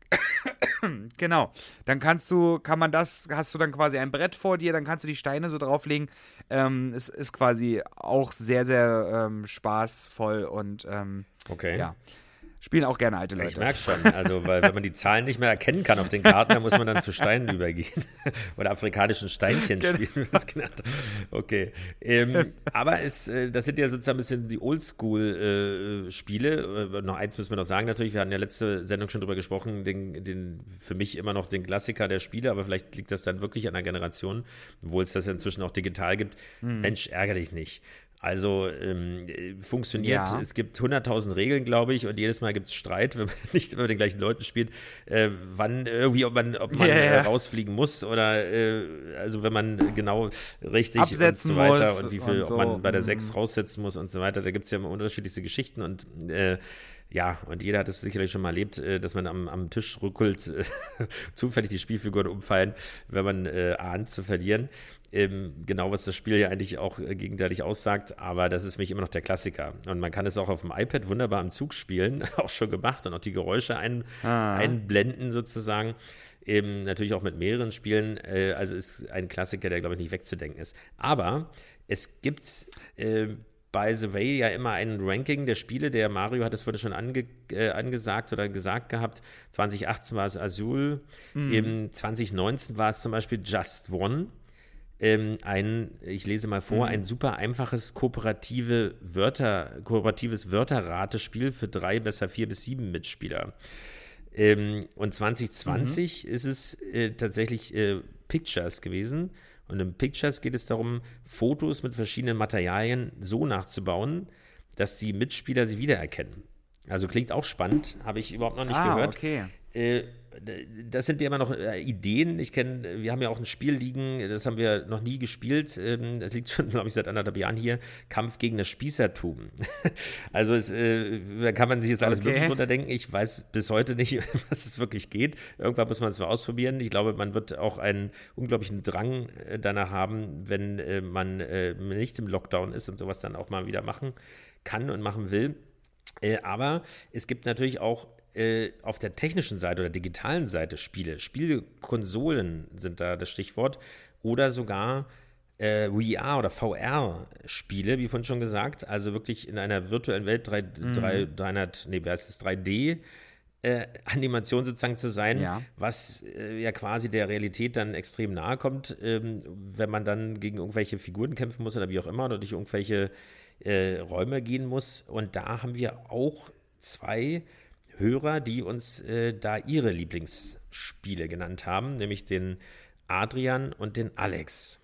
genau, dann kannst du, kann man das, hast du dann quasi ein Brett vor dir, dann kannst du die Steine so drauflegen. Ähm, es ist quasi auch sehr, sehr ähm, spaßvoll und ähm, Okay. ja, spielen auch gerne alte Leute. Ich merke schon, also weil wenn man die Zahlen nicht mehr erkennen kann auf den Karten, dann muss man dann zu Steinen übergehen. Oder afrikanischen Steinchen spielen, wie man es genannt hat. Okay. Ähm, aber es, äh, das sind ja sozusagen ein bisschen die Oldschool-Spiele. Äh, noch eins müssen wir noch sagen natürlich, wir hatten ja letzte Sendung schon drüber gesprochen, den, den, für mich immer noch den Klassiker der Spiele, aber vielleicht liegt das dann wirklich an der Generation, obwohl es das ja inzwischen auch digital gibt. Hm. Mensch, ärgere dich nicht. Also ähm, funktioniert, Ja. es gibt hunderttausend Regeln, glaube ich, und jedes Mal gibt es Streit, wenn man nicht immer mit den gleichen Leuten spielt, äh, wann irgendwie, ob man, ob man Ja, ja. äh, rausfliegen muss oder äh, also wenn man genau richtig Absetzen und so weiter muss und wie viel, und so. ob man bei der Mhm. sechs raussetzen muss und so weiter, da gibt es ja immer unterschiedlichste Geschichten und äh, ja, und jeder hat es sicherlich schon mal erlebt, äh, dass man am, am Tisch rückelt, äh, zufällig die Spielfiguren umfallen, wenn man äh, ahnt zu verlieren. Ähm, genau, was das Spiel ja eigentlich auch äh, gegenteilig aussagt, aber das ist für mich immer noch der Klassiker. Und man kann es auch auf dem iPad wunderbar im Zug spielen, auch schon gemacht und auch die Geräusche ein, Ah. einblenden sozusagen. Eben natürlich auch mit mehreren Spielen, äh, also ist ein Klassiker, der glaube ich nicht wegzudenken ist. Aber es gibt äh, by the way ja immer ein Ranking der Spiele, der Mario hat es vorhin schon ange, äh, angesagt oder gesagt gehabt, zwanzig achtzehn war es Azul, Mhm. im zwanzig neunzehn war es zum Beispiel Just One. Ähm, ein, ich lese mal vor, Mhm. ein super einfaches kooperative Wörter, kooperatives Wörterratespiel für drei, besser vier bis sieben Mitspieler. Ähm, und zwanzig zwanzig ist es äh, tatsächlich äh, Pictures gewesen. Und im Pictures geht es darum, Fotos mit verschiedenen Materialien so nachzubauen, dass die Mitspieler sie wiedererkennen. Also klingt auch spannend, habe ich überhaupt noch nicht Ah, gehört. okay. Äh, das sind ja immer noch äh, Ideen. Ich kenne, wir haben ja auch ein Spiel liegen, das haben wir noch nie gespielt. Ähm, das liegt schon, glaube ich, seit anderthalb Jahren hier. Kampf gegen das Spießertum. Also es, äh, da kann man sich jetzt alles Okay. Mögliche drunter denken. Ich weiß bis heute nicht, was es wirklich geht. Irgendwann muss man es mal ausprobieren. Ich glaube, man wird auch einen unglaublichen Drang äh, danach haben, wenn äh, man äh, nicht im Lockdown ist und sowas dann auch mal wieder machen kann und machen will. Äh, aber es gibt natürlich auch äh, auf der technischen Seite oder digitalen Seite Spiele. Spielekonsolen sind da das Stichwort. Oder sogar äh, V R oder V R-Spiele, wie vorhin schon gesagt. Also wirklich in einer virtuellen Welt drei, drei, dreihundert, nee, wie heißt es, drei D äh, Animation sozusagen zu sein, Ja. was äh, ja quasi der Realität dann extrem nahe kommt, ähm, wenn man dann gegen irgendwelche Figuren kämpfen muss oder wie auch immer oder durch irgendwelche äh, Räume gehen muss. Und da haben wir auch zwei Hörer, die uns äh, da ihre Lieblingsspiele genannt haben, nämlich den Adrian und den Alex.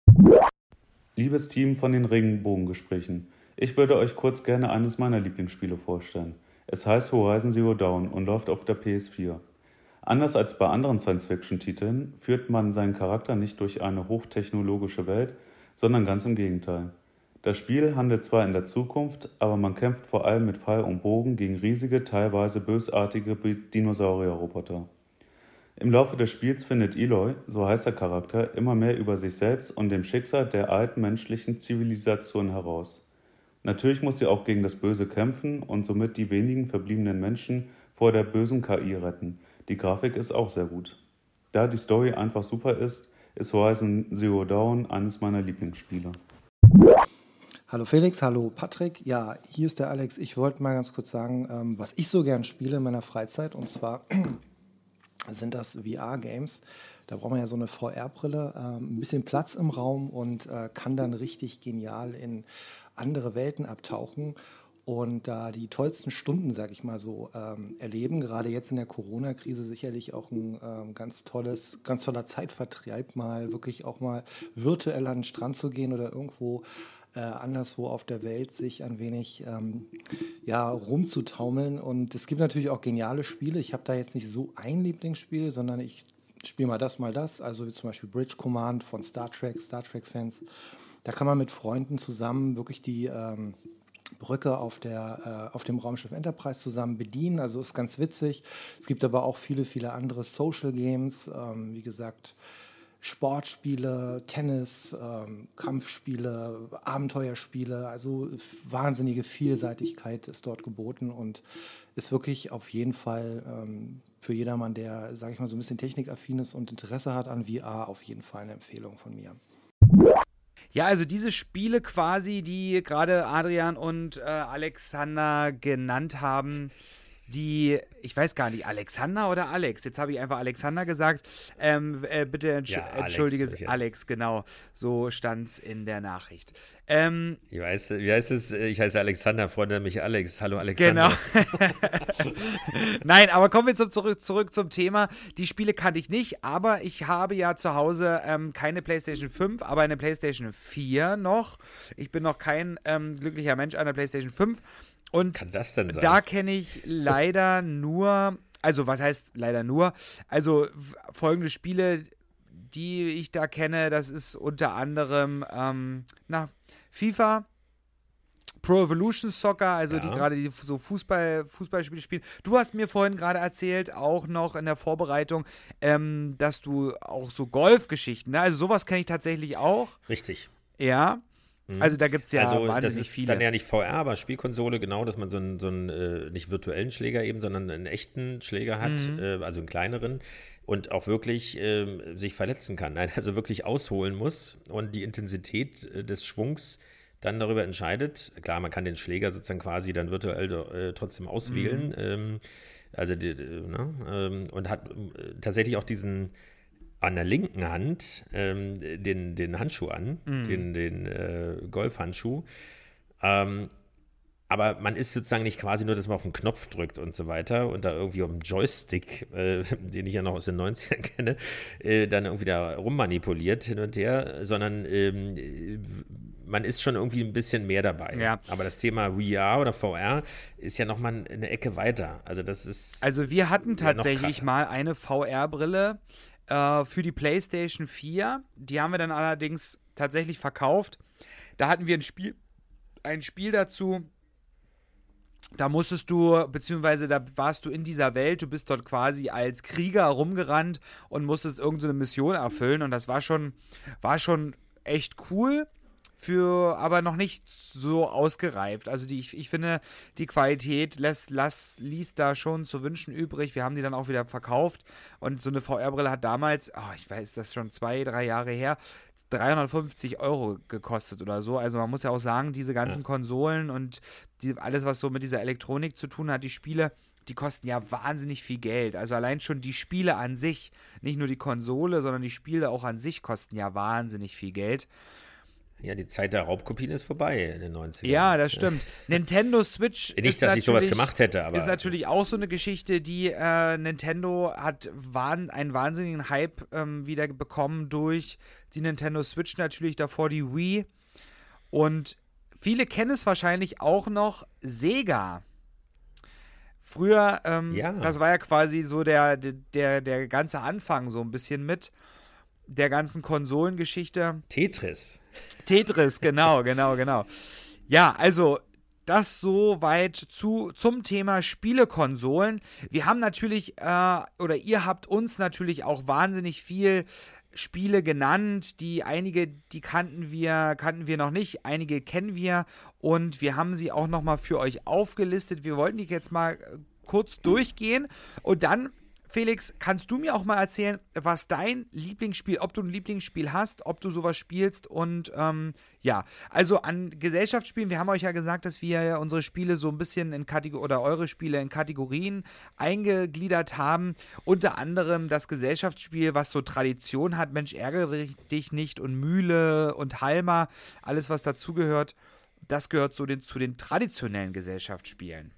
Liebes Team von den Regenbogengesprächen, ich würde euch kurz gerne eines meiner Lieblingsspiele vorstellen. Es heißt Horizon Zero Dawn und läuft auf der P S vier. Anders als bei anderen Science-Fiction-Titeln führt man seinen Charakter nicht durch eine hochtechnologische Welt, sondern ganz im Gegenteil. Das Spiel handelt zwar in der Zukunft, aber man kämpft vor allem mit Pfeil und Bogen gegen riesige, teilweise bösartige Dinosaurierroboter. Im Laufe des Spiels findet Eloy, so heißt der Charakter, immer mehr über sich selbst und dem Schicksal der alten menschlichen Zivilisation heraus. Natürlich muss sie auch gegen das Böse kämpfen und somit die wenigen verbliebenen Menschen vor der bösen K I retten. Die Grafik ist auch sehr gut. Da die Story einfach super ist, ist Horizon Zero Dawn eines meiner Lieblingsspiele. Hallo Felix, hallo Patrick. Ja, hier ist der Alex. Ich wollte mal ganz kurz sagen, ähm, was ich so gern spiele in meiner Freizeit. Und zwar sind das V R-Games. Da braucht man ja so eine V R-Brille, ähm, ein bisschen Platz im Raum und äh, kann dann richtig genial in andere Welten abtauchen. und da die tollsten Stunden, sag ich mal so, ähm, erleben. Gerade jetzt in der Corona-Krise sicherlich auch ein ähm, ganz tolles, ganz toller Zeitvertreib, mal wirklich auch mal virtuell an den Strand zu gehen oder irgendwo äh, anderswo auf der Welt sich ein wenig ähm, ja, rumzutaumeln. Und es gibt natürlich auch geniale Spiele. Ich habe da jetzt nicht so ein Lieblingsspiel, sondern ich spiele mal das, mal das. Also wie zum Beispiel Bridge Command von Star Trek, Star Trek-Fans. Da kann man mit Freunden zusammen wirklich die ähm, Brücke auf, der, äh, auf dem Raumschiff Enterprise zusammen bedienen. Also ist ganz witzig. Es gibt aber auch viele, viele andere Social Games. Ähm, wie gesagt, Sportspiele, Tennis, ähm, Kampfspiele, Abenteuerspiele. Also wahnsinnige Vielseitigkeit ist dort geboten und ist wirklich auf jeden Fall ähm, für jedermann, der, sage ich mal, so ein bisschen technikaffin ist und Interesse hat an V R, auf jeden Fall eine Empfehlung von mir. Ja, also diese Spiele quasi, die gerade Adrian und äh, Alexander genannt haben, die, ich weiß gar nicht, Alexander oder Alex? Jetzt habe ich einfach Alexander gesagt. Ähm, äh, bitte entsch ja, Alex, entschuldige es, Alex, genau. So stand es in der Nachricht. Ähm, ich weiß, wie heißt es? Ich heiße Alexander, freunde mich Alex. Hallo Alexander. Genau. Nein, aber kommen wir zum, zurück, zurück zum Thema. Die Spiele kannte ich nicht, aber ich habe ja zu Hause ähm, keine PlayStation fünf, aber eine PlayStation vier noch. Ich bin noch kein ähm, glücklicher Mensch an der PlayStation fünf. Und kann das denn sein? Da kenne ich leider nur, also was heißt leider nur, also folgende Spiele, die ich da kenne, das ist unter anderem, ähm, na, FIFA, Pro Evolution Soccer, also ja. die gerade die so Fußball, Fußballspiele spielen. Du hast mir vorhin gerade erzählt, auch noch in der Vorbereitung, ähm, dass du auch so Golfgeschichten, ne? Also sowas kenne ich tatsächlich auch. Richtig. Ja. Also da gibt es ja also, wahnsinnig das ist viele. Dann ja nicht V R, aber Spielkonsole, genau, dass man so einen, so einen äh, nicht virtuellen Schläger eben, sondern einen echten Schläger hat, mhm. äh, also einen kleineren und auch wirklich äh, sich verletzen kann, also wirklich ausholen muss und die Intensität äh, des Schwungs dann darüber entscheidet. Klar, man kann den Schläger sozusagen quasi dann virtuell äh, trotzdem auswählen, mhm. ähm, also die, die, ne, ähm, und hat äh, tatsächlich auch diesen an der linken Hand ähm, den, den Handschuh an, mm. den, den äh, Golfhandschuh. Ähm, aber man ist sozusagen nicht quasi nur, dass man auf den Knopf drückt und so weiter und da irgendwie auf dem Joystick, äh, den ich ja noch aus den neunzigern kenne, äh, dann irgendwie da rummanipuliert hin und her, sondern ähm, man ist schon irgendwie ein bisschen mehr dabei. Ja. Aber das Thema V R oder V R ist ja nochmal eine Ecke weiter. Also das ist Also wir hatten tatsächlich ja mal eine V R-Brille für die PlayStation vier. Die haben wir dann allerdings tatsächlich verkauft. Da hatten wir ein Spiel, ein Spiel dazu. Da musstest du, beziehungsweise da warst du in dieser Welt, du bist dort quasi als Krieger rumgerannt und musstest irgendeine Mission erfüllen. Und das war schon, war schon echt cool. Für, aber noch nicht so ausgereift. Also die, ich, ich finde, die Qualität lässt, lass, ließ da schon zu wünschen übrig. Wir haben die dann auch wieder verkauft und so eine V R-Brille hat damals, oh, ich weiß, das ist schon zwei, drei Jahre her, dreihundertfünfzig Euro gekostet oder so. Also man muss ja auch sagen, diese ganzen ja. Konsolen und die, alles, was so mit dieser Elektronik zu tun hat, die Spiele, die kosten ja wahnsinnig viel Geld. Also allein schon die Spiele an sich, nicht nur die Konsole, sondern die Spiele auch an sich kosten ja wahnsinnig viel Geld. Ja, die Zeit der Raubkopien ist vorbei in den neunzigern. Ja, das stimmt. Nintendo Switch Nicht, dass ich sowas gemacht hätte, aber ist natürlich auch so eine Geschichte, die äh, Nintendo hat wahn, einen wahnsinnigen Hype ähm, wieder bekommen durch die Nintendo Switch, natürlich davor die Wii. Und viele kennen es wahrscheinlich auch noch, Sega. Früher, ähm, ja. das war ja quasi so der, der, der ganze Anfang so ein bisschen mit der ganzen Konsolengeschichte. Tetris. Tetris, genau, genau, genau. Ja, also das soweit zu, zum Thema Spielekonsolen. Wir haben natürlich, äh, oder ihr habt uns natürlich auch wahnsinnig viel Spiele genannt, die einige, die kannten wir, kannten wir noch nicht, einige kennen wir und wir haben sie auch nochmal für euch aufgelistet. Wir wollten die jetzt mal kurz durchgehen und dann, Felix, kannst du mir auch mal erzählen, was dein Lieblingsspiel, ob du ein Lieblingsspiel hast, ob du sowas spielst und ähm, ja, also an Gesellschaftsspielen, wir haben euch ja gesagt, dass wir unsere Spiele so ein bisschen in Kategorien oder eure Spiele in Kategorien eingegliedert haben, unter anderem das Gesellschaftsspiel, was so Tradition hat, Mensch, ärgere dich nicht und Mühle und Halma, alles was dazugehört. das gehört zu den, zu den traditionellen Gesellschaftsspielen.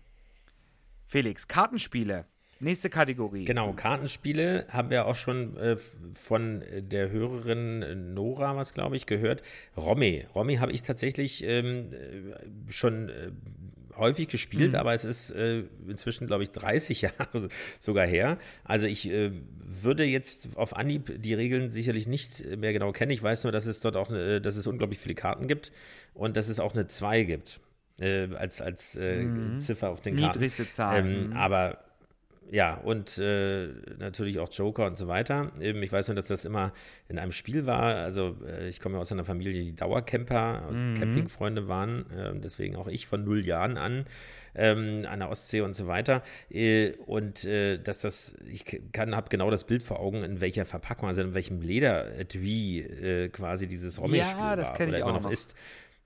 Felix, Kartenspiele. Nächste Kategorie. Genau, Kartenspiele haben wir auch schon äh, von der Hörerin Nora, was glaube ich, gehört. Romy. Romy habe ich tatsächlich ähm, schon äh, häufig gespielt, mhm. aber es ist äh, inzwischen, glaube ich, dreißig Jahre sogar her. Also ich äh, würde jetzt auf Anhieb die Regeln sicherlich nicht mehr genau kennen. Ich weiß nur, dass es dort auch, eine, dass es unglaublich viele Karten gibt und dass es auch eine zwei gibt äh, als, als äh, mhm. Ziffer auf den Karten. Niedrigste Zahl. Ähm, mhm. Aber ja, und äh, natürlich auch Joker und so weiter. Ähm, ich weiß nur, dass das immer in einem Spiel war. Also äh, ich komme ja aus einer Familie, die Dauercamper, Mhm. Campingfreunde waren. Äh, deswegen auch ich von null Jahren an ähm, an der Ostsee und so weiter. Äh, und äh, dass das, ich kann, habe genau das Bild vor Augen, in welcher Verpackung, also in welchem Lederetui äh, quasi dieses Rommelspiel Ja, das war kenn oder ich immer auch noch noch. ist.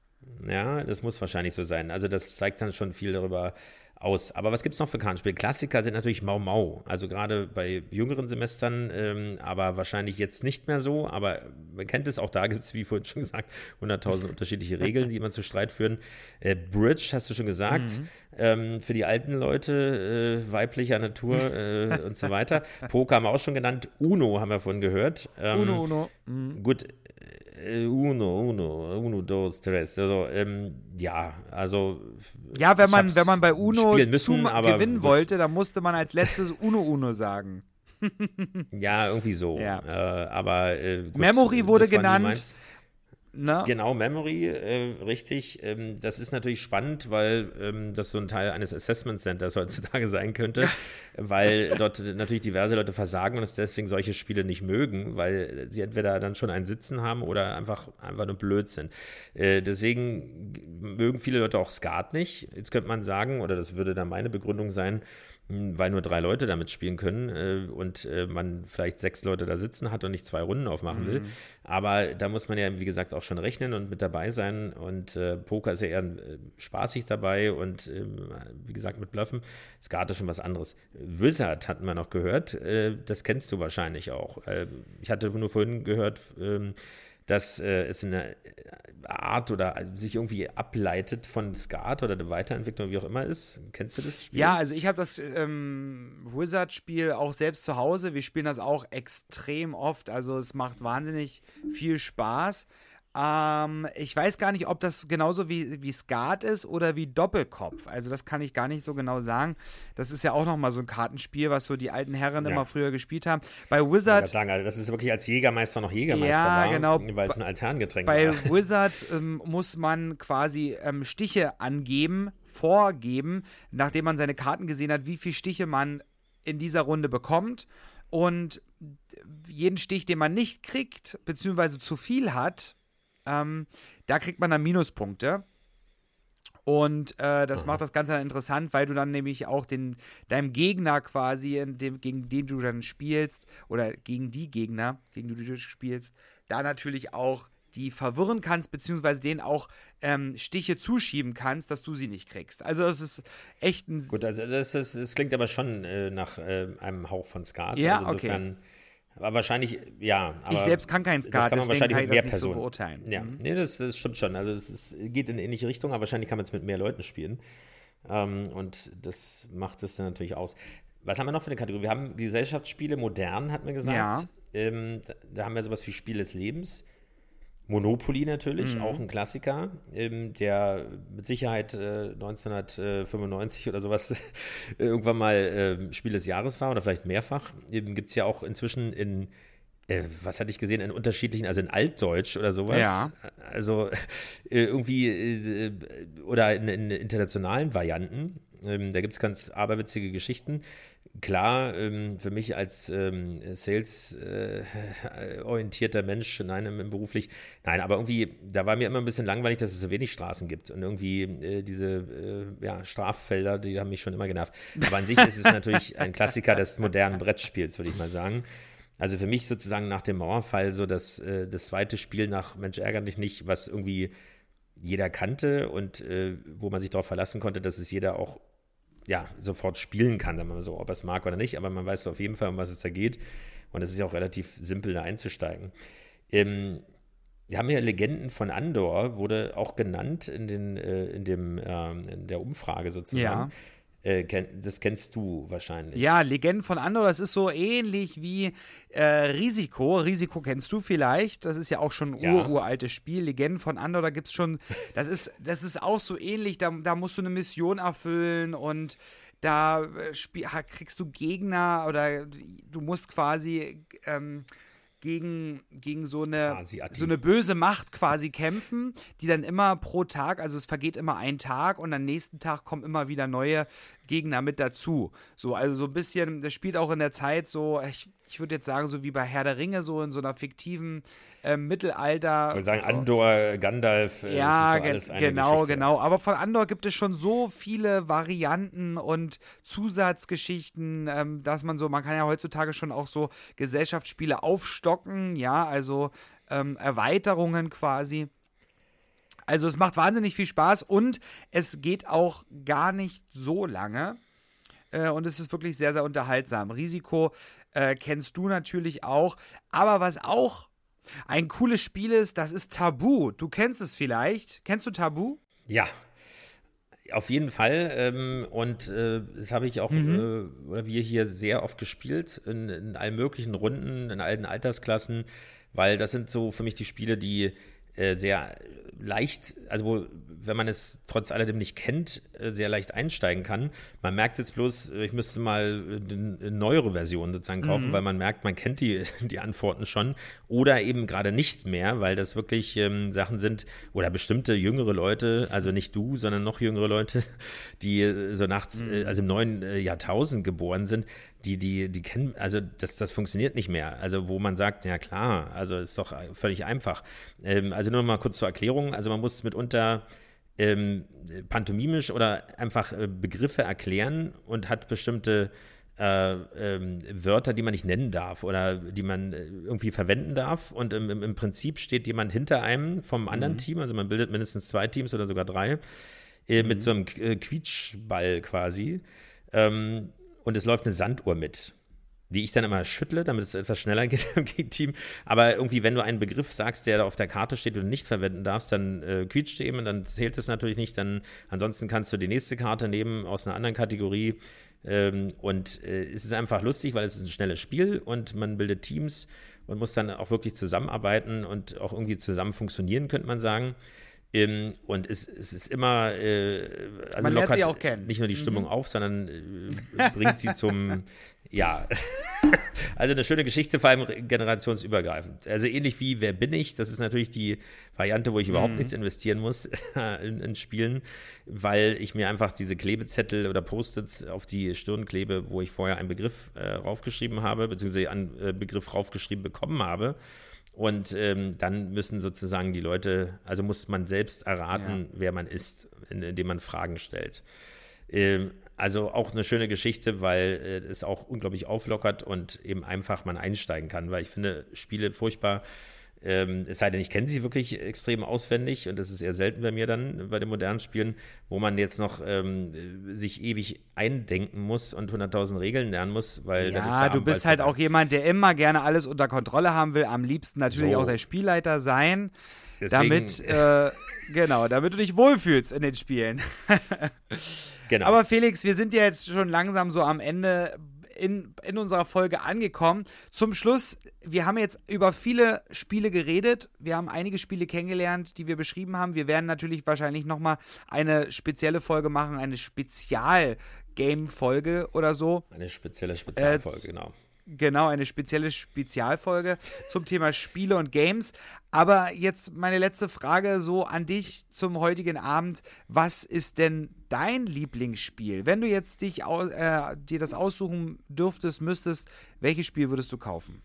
Ja, das muss wahrscheinlich so sein. Also das zeigt dann schon viel darüber aus. Aber was gibt es noch für Kartenspiele? Klassiker sind natürlich Mau Mau. Also gerade bei jüngeren Semestern, ähm, aber wahrscheinlich jetzt nicht mehr so. Aber man kennt es, auch da gibt es, wie vorhin schon gesagt, hunderttausend unterschiedliche Regeln, die immer zu Streit führen. Äh, Bridge, hast du schon gesagt, Mhm. ähm, für die alten Leute, äh, weiblicher Natur äh, und so weiter. Poker haben wir auch schon genannt. Uno haben wir vorhin gehört. Ähm, Uno, Uno. Mhm. Gut, äh, Uno, Uno, Uno, dos, tres. Also, ähm, ja, also. Ja, wenn ich man, hab's wenn man bei Uno spielen müssen, zum aber gewinnen gut. wollte, dann musste man als letztes Uno Uno sagen. Ja, irgendwie so. Ja. Äh, aber äh, gut, Memory wurde das war nie genannt. meins. Ne? Genau, Memory, äh, richtig. Ähm, das ist natürlich spannend, weil ähm, das so ein Teil eines Assessment Centers heutzutage sein könnte, weil dort natürlich diverse Leute versagen und es deswegen solche Spiele nicht mögen, weil sie entweder dann schon ein Sitzen haben oder einfach, einfach nur blöd sind. Äh, deswegen mögen viele Leute auch Skat nicht. Jetzt könnte man sagen, oder das würde dann meine Begründung sein, weil nur drei Leute damit spielen können äh, und äh, man vielleicht sechs Leute da sitzen hat und nicht zwei Runden aufmachen will. Aber da muss man ja, wie gesagt, auch schon rechnen und mit dabei sein. Und äh, Poker ist ja eher äh, spaßig dabei und äh, wie gesagt mit Bluffen. Skat ist schon was anderes. Wizard hatten wir noch gehört. Äh, das kennst du wahrscheinlich auch. Äh, ich hatte nur vorhin gehört, ähm, dass äh, es eine Art oder sich irgendwie ableitet von Skat oder eine Weiterentwicklung, wie auch immer ist. Kennst du das Spiel? Ja, also ich habe das ähm, Wizard-Spiel auch selbst zu Hause. Wir spielen das auch extrem oft. Also es macht wahnsinnig viel Spaß. Ähm, ich weiß gar nicht, ob das genauso wie, wie Skat ist oder wie Doppelkopf. Also das kann ich gar nicht so genau sagen. Das ist ja auch nochmal so ein Kartenspiel, was so die alten Herren Ja. immer früher gespielt haben. Bei Ich Wizard wollte sagen, also das ist wirklich als Jägermeister noch Jägermeister Ja, war, genau. weil es ein Alterngetränk Bei war. Wizard ähm, muss man quasi ähm, Stiche angeben, vorgeben, nachdem man seine Karten gesehen hat, wie viele Stiche man in dieser Runde bekommt. Und jeden Stich, den man nicht kriegt, beziehungsweise zu viel hat, ähm, da kriegt man dann Minuspunkte. Und äh, das macht das Ganze dann interessant, weil du dann nämlich auch den, deinem Gegner quasi, in dem, gegen den du dann spielst, oder gegen die Gegner, gegen die du spielst, da natürlich auch die verwirren kannst, beziehungsweise denen auch ähm, Stiche zuschieben kannst, dass du sie nicht kriegst. Also es ist echt ein... Gut, also das, ist, das klingt aber schon äh, nach äh, einem Hauch von Skat. Ja, also insofern, okay. Aber wahrscheinlich, ja. Aber ich selbst kann keinen das Skat, kann man deswegen wahrscheinlich kann ich mit mehr das nicht so Personen beurteilen. Ja, Mhm. nee, das, das stimmt schon. Also es ist, geht in eine ähnliche Richtung, aber wahrscheinlich kann man es mit mehr Leuten spielen. Ähm, und das macht es dann natürlich aus. Was haben wir noch für eine Kategorie? Wir haben Gesellschaftsspiele, modern, hatten wir gesagt. Ja. Ähm, da, da haben wir sowas wie Spiel des Lebens. Monopoly natürlich, Mhm. auch ein Klassiker, ähm, der mit Sicherheit äh, neunzehnhundertfünfundneunzig oder sowas irgendwann mal äh, Spiel des Jahres war oder vielleicht mehrfach. Eben gibt es ja auch inzwischen in, äh, was hatte ich gesehen, in unterschiedlichen, also in Altdeutsch oder sowas. Ja. Also äh, irgendwie, äh, oder in, in internationalen Varianten. Ähm, da gibt es ganz aberwitzige Geschichten. Klar, ähm, für mich als ähm, Sales-orientierter äh, Mensch, nein, im, im beruflich, nein, aber irgendwie, da war mir immer ein bisschen langweilig, dass es so wenig Straßen gibt und irgendwie äh, diese äh, ja, Straffelder, die haben mich schon immer genervt. Aber an sich ist es natürlich ein Klassiker des modernen Brettspiels, würde ich mal sagen. Also für mich sozusagen nach dem Mauerfall so das, äh, das zweite Spiel nach Mensch ärgert dich nicht, was irgendwie jeder kannte und äh, wo man sich darauf verlassen konnte, dass es jeder auch ja, sofort spielen kann, sagen wir mal so, ob er es mag oder nicht, aber man weiß auf jeden Fall, um was es da geht und es ist ja auch relativ simpel, da einzusteigen. Ähm, Wir haben ja Legenden von Andor, wurde auch genannt in, den, äh, in, dem, äh, in der Umfrage sozusagen. Ja. Äh, kenn, das kennst du wahrscheinlich. Ja, Legenden von Andor, das ist so ähnlich wie äh, Risiko. Risiko kennst du vielleicht. Das ist ja auch schon ein Ja. ururaltes Spiel. Legenden von Andor, da gibt es schon, das ist, das ist auch so ähnlich. Da, da musst du eine Mission erfüllen und da äh, spiel, ha- kriegst du Gegner oder du musst quasi ähm, gegen, gegen so eine, Quasi Atti. so eine böse Macht quasi kämpfen, die dann immer pro Tag, also es vergeht immer ein Tag und am nächsten Tag kommen immer wieder neue Gegner mit dazu. So, also so ein bisschen, das spielt auch in der Zeit so, ich, ich würde jetzt sagen, so wie bei Herr der Ringe, so in so einer fiktiven ähm, Mittelalter. Ich würde sagen, Andor, Gandalf, äh, Ja, das ist so ge- alles eine genau, Geschichte. genau. Aber von Andor gibt es schon so viele Varianten und Zusatzgeschichten, ähm, dass man so, man kann ja heutzutage schon auch so Gesellschaftsspiele aufstocken, ja, also ähm, Erweiterungen quasi. Also es macht wahnsinnig viel Spaß und es geht auch gar nicht so lange. Äh, und es ist wirklich sehr, sehr unterhaltsam. Risiko äh, kennst du natürlich auch. Aber was auch ein cooles Spiel ist, das ist Tabu. Du kennst es vielleicht. Kennst du Tabu? Ja, auf jeden Fall. Ähm, und äh, das habe ich auch, Mhm. äh, oder wir hier sehr oft gespielt, in, in allen möglichen Runden, in allen Altersklassen, weil das sind so für mich die Spiele, die äh, sehr leicht, also wo, wenn man es trotz alledem nicht kennt, äh, sehr leicht einsteigen kann. Man merkt jetzt bloß, äh, ich müsste mal äh, eine neuere Version sozusagen kaufen, Mhm. weil man merkt, man kennt die, die Antworten schon oder eben gerade nicht mehr, weil das wirklich ähm, Sachen sind oder bestimmte jüngere Leute, also nicht du, sondern noch jüngere Leute, die äh, so nachts, äh, also im neuen äh, Jahrtausend geboren sind, die, die, die kennen, also das, das funktioniert nicht mehr. Also wo man sagt, ja klar, also ist doch völlig einfach. Ähm, also nur mal kurz zur Erklärung, also man muss mitunter ähm, pantomimisch oder einfach äh, Begriffe erklären und hat bestimmte äh, ähm, Wörter, die man nicht nennen darf oder die man äh, irgendwie verwenden darf. Und im, im, im Prinzip steht jemand hinter einem vom anderen Mhm. Team, also man bildet mindestens zwei Teams oder sogar drei, äh, mit so einem äh, Quietschball quasi. Ähm, und es läuft eine Sanduhr mit, die ich dann immer schüttle, damit es etwas schneller geht im Team. Aber irgendwie, wenn du einen Begriff sagst, der da auf der Karte steht und du nicht verwenden darfst, dann äh, quietscht eben und dann zählt es natürlich nicht. Dann, ansonsten kannst du die nächste Karte nehmen aus einer anderen Kategorie. Ähm, und äh, es ist einfach lustig, weil es ist ein schnelles Spiel und man bildet Teams und muss dann auch wirklich zusammenarbeiten und auch irgendwie zusammen funktionieren, könnte man sagen. Ähm, und es, es ist immer, äh, also Man lernt lockert sie auch kennen. nicht nur die Stimmung Mhm. auf, sondern äh, bringt sie zum, ja, also eine schöne Geschichte, vor allem generationsübergreifend. Also ähnlich wie Wer bin ich? Das ist natürlich die Variante, wo ich überhaupt Mhm. nichts investieren muss in, in Spielen, weil ich mir einfach diese Klebezettel oder Post-its auf die Stirn klebe, wo ich vorher einen Begriff äh, raufgeschrieben habe, beziehungsweise einen äh, Begriff raufgeschrieben bekommen habe. Und ähm, dann müssen sozusagen die Leute, also muss man selbst erraten, wer man ist, in- indem man Fragen stellt. Ähm, also auch eine schöne Geschichte, weil äh, es auch unglaublich auflockert und eben einfach man einsteigen kann, weil ich finde Spiele furchtbar, ähm, es sei denn, ich kenne sie wirklich extrem auswendig und das ist eher selten bei mir dann bei den modernen Spielen, wo man jetzt noch ähm, sich ewig eindenken muss und hunderttausend Regeln lernen muss, weil dann ist Ja, der du Abend bist bald halt vorbei. auch jemand, der immer gerne alles unter Kontrolle haben will. Am liebsten natürlich So. auch der Spielleiter sein, Deswegen- damit, äh, genau, damit du dich wohlfühlst in den Spielen. Genau. Aber Felix, wir sind ja jetzt schon langsam so am Ende in, in unserer Folge angekommen. Zum Schluss, wir haben jetzt über viele Spiele geredet. Wir haben einige Spiele kennengelernt, die wir beschrieben haben. Wir werden natürlich wahrscheinlich nochmal eine spezielle Folge machen, eine Spezial-Game-Folge oder so. Eine spezielle Spezialfolge, Äh, genau. Genau, eine spezielle Spezialfolge zum Thema Spiele und Games. Aber jetzt meine letzte Frage so an dich zum heutigen Abend. Was ist denn dein Lieblingsspiel? Wenn du jetzt dich au- äh, dir das aussuchen dürftest, müsstest, welches Spiel würdest du kaufen?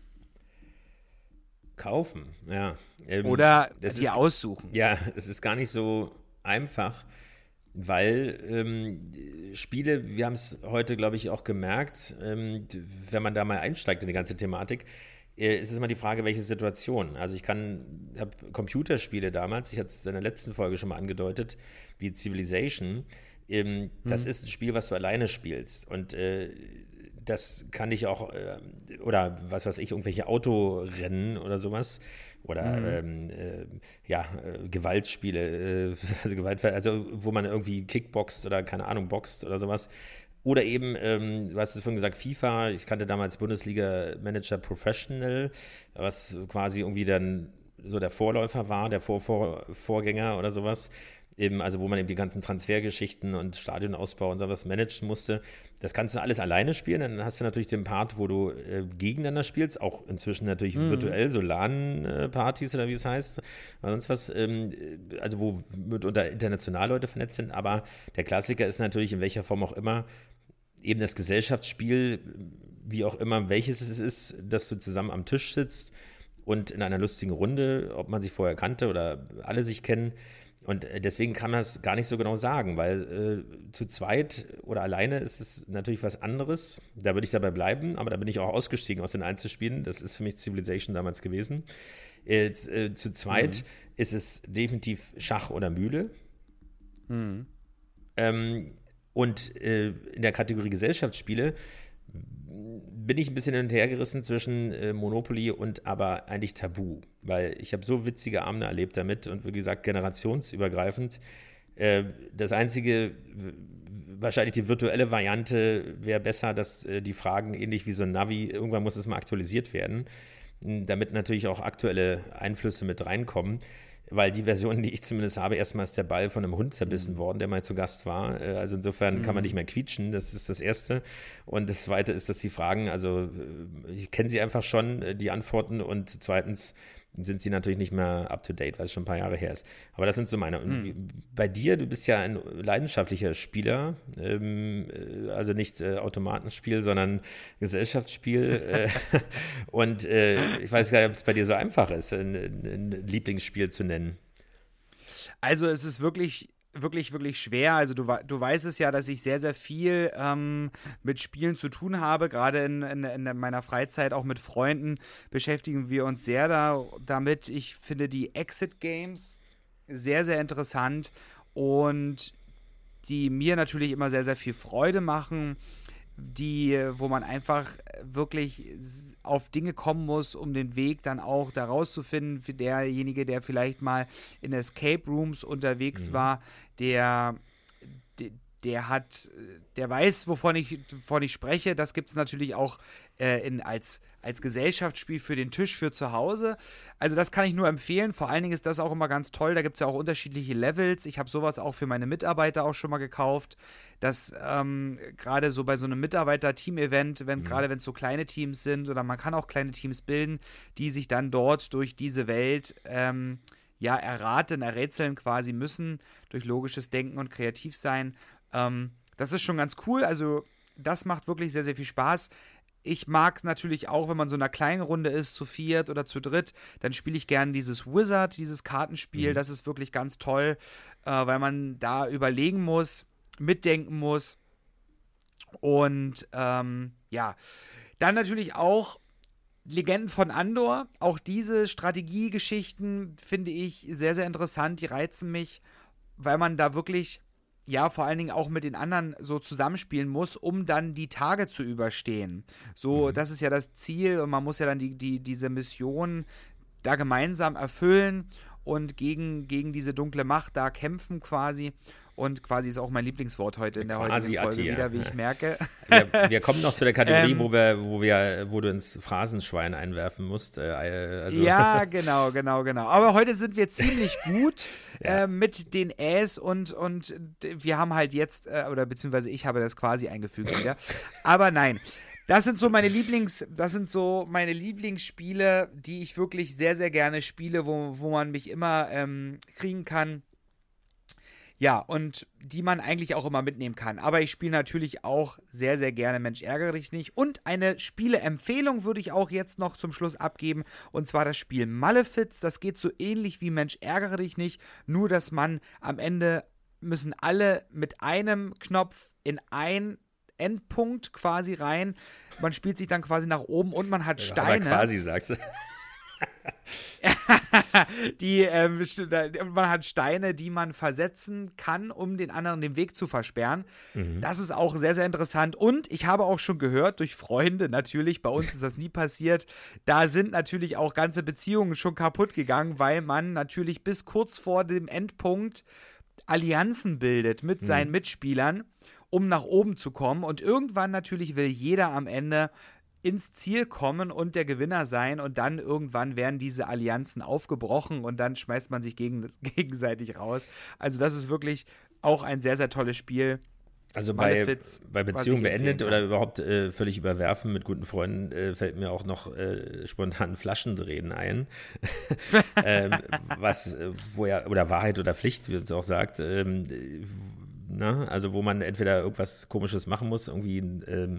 Kaufen, ja. Ähm, Oder das dir ist- aussuchen? Ja, es ist gar nicht so einfach, weil ähm, Spiele, wir haben es heute, glaube ich, auch gemerkt, ähm, wenn man da mal einsteigt in die ganze Thematik, äh, ist es immer die Frage, welche Situation. Also ich kann, ich habe Computerspiele damals, ich hatte es in der letzten Folge schon mal angedeutet, wie Civilization. Ähm, das Mhm. ist ein Spiel, was du alleine spielst und äh, das kann ich auch, äh, oder was weiß ich, irgendwelche Autorennen oder sowas. Oder mhm. ähm, äh, ja, äh, Gewaltspiele, äh, also Gewalt, also wo man irgendwie Kickboxt oder keine Ahnung, boxt oder sowas. Oder eben, ähm, du hast es vorhin gesagt, FIFA, ich kannte damals Bundesliga Manager Professional, was quasi irgendwie dann so der Vorläufer war, der Vor -Vor Vorgänger oder sowas. Eben, also wo man eben die ganzen Transfergeschichten und Stadionausbau und sowas managen musste. Das kannst du alles alleine spielen. Dann hast du natürlich den Part, wo du äh, gegeneinander spielst, auch inzwischen natürlich mhm. virtuell, so LAN-Partys oder wie es heißt, oder sonst was, ähm, also wo mitunter international Leute vernetzt sind. Aber der Klassiker ist natürlich, in welcher Form auch immer, eben das Gesellschaftsspiel, wie auch immer, welches es ist, dass du zusammen am Tisch sitzt und in einer lustigen Runde, ob man sich vorher kannte oder alle sich kennen. Und deswegen kann man das gar nicht so genau sagen, weil äh, zu zweit oder alleine ist es natürlich was anderes. Da würde ich dabei bleiben, aber da bin ich auch ausgestiegen aus den Einzelspielen. Das ist für mich Civilization damals gewesen. Äh, äh, zu zweit mhm. ist es definitiv Schach oder Mühle. Mhm. Ähm, und äh, in der Kategorie Gesellschaftsspiele bin ich ein bisschen hin und her gerissen zwischen äh, Monopoly und aber eigentlich Tabu, weil ich habe so witzige Abende erlebt damit und wie gesagt generationsübergreifend. Äh, das einzige, wahrscheinlich die virtuelle Variante wäre besser, dass äh, die Fragen ähnlich wie so ein Navi, irgendwann muss es mal aktualisiert werden, damit natürlich auch aktuelle Einflüsse mit reinkommen. Weil die Version, die ich zumindest habe, erstmal ist der Ball von einem Hund zerbissen mhm. worden, der mal zu Gast war. Also insofern mhm. kann man nicht mehr quietschen, das ist das Erste. Und das Zweite ist, dass die Fragen, also ich kenne sie einfach schon, die Antworten. Und zweitens sind sie natürlich nicht mehr up-to-date, weil es schon ein paar Jahre her ist. Aber das sind so meine. Und mhm. bei dir, du bist ja ein leidenschaftlicher Spieler, ähm, also nicht äh, Automatenspiel, sondern Gesellschaftsspiel. äh, und äh, ich weiß gar nicht, ob es bei dir so einfach ist, ein, ein Lieblingsspiel zu nennen. Also es ist wirklich wirklich, wirklich schwer. Also du, du weißt es ja, dass ich sehr, sehr viel ähm, mit Spielen zu tun habe. Gerade in, in, in meiner Freizeit, auch mit Freunden, beschäftigen wir uns sehr da, damit. Ich finde die Exit-Games sehr, sehr interessant und die mir natürlich immer sehr, sehr viel Freude machen, die, wo man einfach wirklich auf Dinge kommen muss, um den Weg dann auch da rauszufinden. Für derjenige, der vielleicht mal in Escape Rooms unterwegs mhm. war, der, der, der hat, der weiß, wovon ich, wovon ich spreche. Das gibt es natürlich auch äh, in, als, als Gesellschaftsspiel für den Tisch, für zu Hause. Also das kann ich nur empfehlen. Vor allen Dingen ist das auch immer ganz toll. Da gibt es ja auch unterschiedliche Levels. Ich habe sowas auch für meine Mitarbeiter auch schon mal gekauft. Dass ähm, gerade so bei so einem Mitarbeiter-Team-Event, wenn, mhm. gerade wenn es so kleine Teams sind oder man kann auch kleine Teams bilden, die sich dann dort durch diese Welt ähm, ja erraten, errätseln quasi müssen, durch logisches Denken und Kreativsein. Ähm, das ist schon ganz cool. Also das macht wirklich sehr, sehr viel Spaß. Ich mag es natürlich auch, wenn man so in einer kleinen Runde ist, zu viert oder zu dritt, dann spiele ich gerne dieses Wizard, dieses Kartenspiel. Mhm. Das ist wirklich ganz toll, äh, weil man da überlegen muss, mitdenken muss. Und ähm, ja, dann natürlich auch Legenden von Andor. Auch diese Strategiegeschichten finde ich sehr, sehr interessant. Die reizen mich, weil man da wirklich, ja, vor allen Dingen auch mit den anderen so zusammenspielen muss, um dann die Tage zu überstehen. So, mhm. das ist ja das Ziel und man muss ja dann die, die, diese Mission da gemeinsam erfüllen und gegen, gegen diese dunkle Macht da kämpfen quasi. Und quasi ist auch mein Lieblingswort heute in der quasi heutigen Folge Atti, wieder, ja. wie ich merke. Wir, wir kommen noch zu der Kategorie, ähm, wo wir, wo wir, wo du ins Phrasenschwein einwerfen musst. Äh, also. Ja, genau, genau, genau. Aber heute sind wir ziemlich gut ja. äh, mit den Äs und, und wir haben halt jetzt, äh, oder beziehungsweise ich habe das quasi eingefügt wieder. Aber nein. Das sind so meine Lieblings, das sind so meine Lieblingsspiele, die ich wirklich sehr, sehr gerne spiele, wo, wo man mich immer ähm, kriegen kann. Ja, und die man eigentlich auch immer mitnehmen kann. Aber ich spiele natürlich auch sehr, sehr gerne Mensch, ärgere dich nicht. Und eine Spieleempfehlung würde ich auch jetzt noch zum Schluss abgeben. Und zwar das Spiel Malefiz. Das geht so ähnlich wie Mensch, ärgere dich nicht. Nur, dass man am Ende müssen alle mit einem Knopf in ein Endpunkt quasi rein. Man spielt sich dann quasi nach oben und man hat Steine. Aber quasi, sagst du. die, ähm, man hat Steine, die man versetzen kann, um den anderen den Weg zu versperren. Mhm. Das ist auch sehr, sehr interessant. Und ich habe auch schon gehört, durch Freunde natürlich, bei uns ist das nie passiert, da sind natürlich auch ganze Beziehungen schon kaputt gegangen, weil man natürlich bis kurz vor dem Endpunkt Allianzen bildet mit seinen mhm. Mitspielern, um nach oben zu kommen. Und irgendwann natürlich will jeder am Ende ins Ziel kommen und der Gewinner sein, und dann irgendwann werden diese Allianzen aufgebrochen und dann schmeißt man sich gegen, gegenseitig raus. Also das ist wirklich auch ein sehr, sehr tolles Spiel. Also bei, bei Beziehung beendet oder überhaupt äh, völlig überwerfen mit guten Freunden äh, fällt mir auch noch äh, spontan Flaschendrehen ein. ähm, was, äh, wo ja, oder Wahrheit oder Pflicht, wie es auch sagt, ähm, na, also wo man entweder irgendwas Komisches machen muss, irgendwie ähm,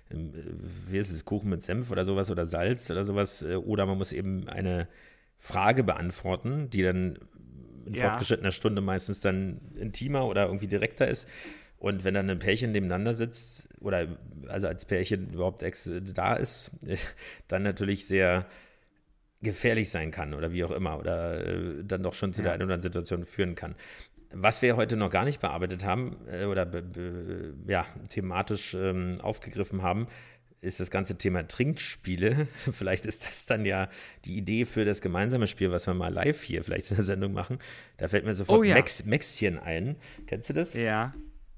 wie ist es, Kuchen mit Senf oder sowas oder Salz oder sowas, oder man muss eben eine Frage beantworten, die dann in ja. fortgeschrittener Stunde meistens dann intimer oder irgendwie direkter ist. Und wenn dann ein Pärchen nebeneinander sitzt oder also als Pärchen überhaupt ex- da ist, dann natürlich sehr gefährlich sein kann oder wie auch immer oder äh, dann doch schon zu ja. der einen oder anderen Situation führen kann. Was wir heute noch gar nicht bearbeitet haben äh, oder be, be, ja, thematisch ähm, aufgegriffen haben, ist das ganze Thema Trinkspiele. Vielleicht ist das dann ja die Idee für das gemeinsame Spiel, was wir mal live hier vielleicht in der Sendung machen. Da fällt mir sofort oh, ja. Mex, Mexchen ein. Kennst du das? Ja.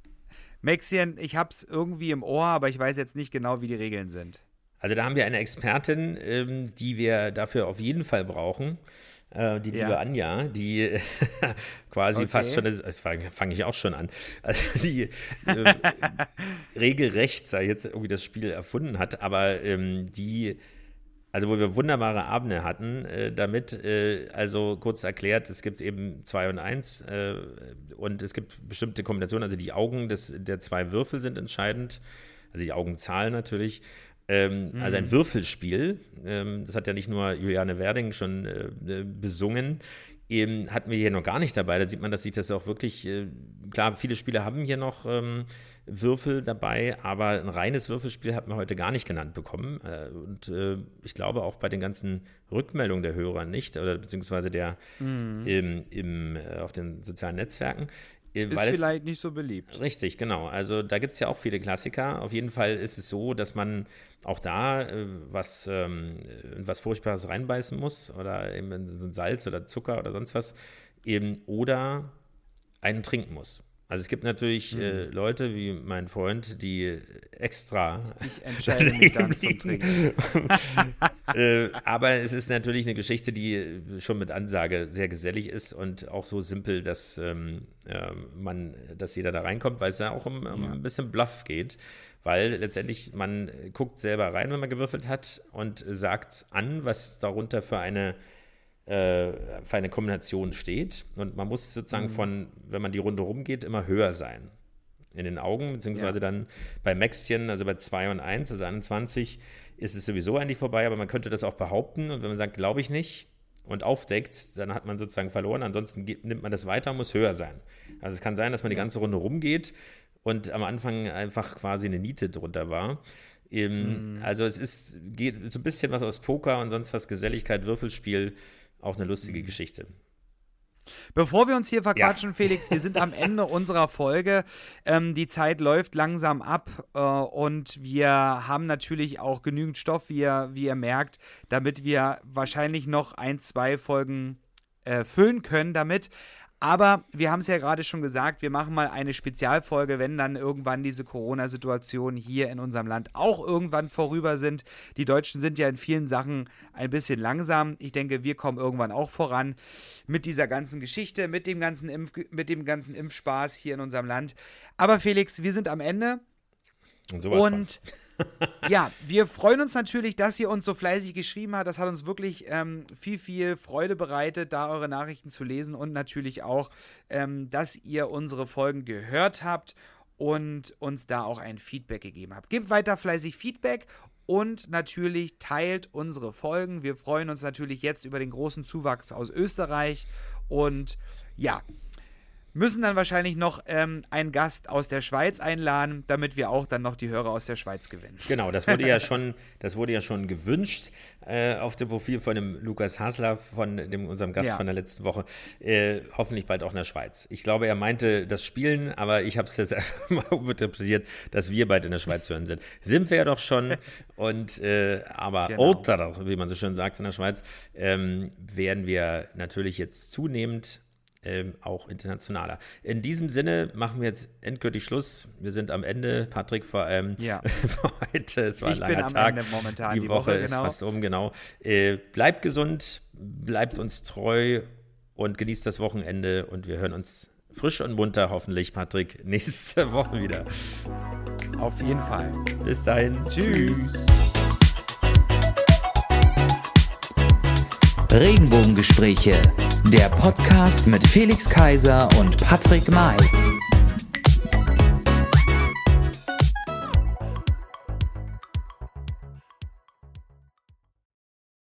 Mexchen, ich hab's irgendwie im Ohr, aber ich weiß jetzt nicht genau, wie die Regeln sind. Also da haben wir eine Expertin, ähm, die wir dafür auf jeden Fall brauchen. Äh, die liebe ja. Anja, die quasi okay. fast schon, das fange fang ich auch schon an, also die äh, regelrecht, sei jetzt irgendwie das Spiel erfunden hat, aber ähm, die, also wo wir wunderbare Abende hatten, äh, damit, äh, also kurz erklärt, es gibt eben zwei und eins äh, und es gibt bestimmte Kombinationen, also die Augen des, der zwei Würfel sind entscheidend, also die Augenzahl natürlich. Ähm, mhm. Also ein Würfelspiel, ähm, das hat ja nicht nur Juliane Werding schon äh, besungen, eben hatten wir hier noch gar nicht dabei. Da sieht man, dass sich das auch wirklich, äh, klar, viele Spiele haben hier noch ähm, Würfel dabei, aber ein reines Würfelspiel hat man heute gar nicht genannt bekommen. Äh, und äh, ich glaube auch bei den ganzen Rückmeldungen der Hörer nicht, oder beziehungsweise der mhm. im, im, äh, auf den sozialen Netzwerken. Ist Weil vielleicht es, nicht so beliebt. Richtig, genau. Also da gibt es ja auch viele Klassiker. Auf jeden Fall ist es so, dass man auch da äh, was, ähm, was Furchtbares reinbeißen muss oder eben so ein Salz oder Zucker oder sonst was eben oder einen trinken muss. Also es gibt natürlich mhm. äh, Leute wie mein Freund, die extra Ich entscheide mich dann zum Trinken. äh, aber es ist natürlich eine Geschichte, die schon mit Ansage sehr gesellig ist und auch so simpel, dass ähm, äh, man, dass jeder da reinkommt, weil es ja auch um, um ja. ein bisschen Bluff geht. Weil letztendlich man guckt selber rein, wenn man gewürfelt hat und sagt an, was darunter für eine für eine Kombination steht und man muss sozusagen mhm. von, wenn man die Runde rumgeht, immer höher sein in den Augen, beziehungsweise ja. dann bei Maxchen, also bei zwei und eins, also einundzwanzig, ist es sowieso eigentlich vorbei, aber man könnte das auch behaupten und wenn man sagt, glaube ich nicht und aufdeckt, dann hat man sozusagen verloren, ansonsten geht, nimmt man das weiter und muss höher sein. Also es kann sein, dass man die ganze Runde rumgeht und am Anfang einfach quasi eine Niete drunter war. Eben, mhm. Also es ist, geht so ein bisschen was aus Poker und sonst was, Geselligkeit, Würfelspiel, auch eine lustige mhm. Geschichte. Bevor wir uns hier verquatschen, ja. Felix, wir sind am Ende unserer Folge. Ähm, die Zeit läuft langsam ab äh, und wir haben natürlich auch genügend Stoff, wie ihr, wie ihr merkt, damit wir wahrscheinlich noch ein, zwei Folgen äh, füllen können damit. Aber wir haben es ja gerade schon gesagt, wir machen mal eine Spezialfolge, wenn dann irgendwann diese Corona-Situation hier in unserem Land auch irgendwann vorüber sind. Die Deutschen sind ja in vielen Sachen ein bisschen langsam. Ich denke, wir kommen irgendwann auch voran mit dieser ganzen Geschichte, mit dem ganzen Impf- mit dem ganzen Impfspaß hier in unserem Land. Aber Felix, wir sind am Ende. Und sowas Und ja, wir freuen uns natürlich, dass ihr uns so fleißig geschrieben habt. Das hat uns wirklich ähm, viel, viel Freude bereitet, da eure Nachrichten zu lesen und natürlich auch, ähm, dass ihr unsere Folgen gehört habt und uns da auch ein Feedback gegeben habt. Gebt weiter fleißig Feedback und natürlich teilt unsere Folgen. Wir freuen uns natürlich jetzt über den großen Zuwachs aus Österreich und ja, müssen dann wahrscheinlich noch ähm, einen Gast aus der Schweiz einladen, damit wir auch dann noch die Hörer aus der Schweiz gewinnen. Genau, das wurde ja schon, das wurde ja schon gewünscht äh, auf dem Profil von dem Lukas Hasler, von dem, unserem Gast Ja. von der letzten Woche. Äh, hoffentlich bald auch in der Schweiz. Ich glaube, er meinte das Spielen, aber ich habe es jetzt einfach mal interpretiert, dass wir bald in der Schweiz zu hören sind. Sind wir ja doch schon. Und äh, aber Genau. older, wie man so schön sagt in der Schweiz, ähm, werden wir natürlich jetzt zunehmend Ähm, auch internationaler. In diesem Sinne machen wir jetzt endgültig Schluss. Wir sind am Ende, Patrick, vor allem Ja. für heute. Es war ein Ich langer bin am Tag. Ende momentan, die, die Woche, Woche, ist genau. fast um, genau. Äh, bleibt gesund, bleibt uns treu und genießt das Wochenende und wir hören uns frisch und munter hoffentlich, Patrick, nächste Woche wieder. Auf jeden Fall. Bis dahin. Tschüss. Regenbogengespräche, der Podcast mit Felix Kaiser und Patrick May.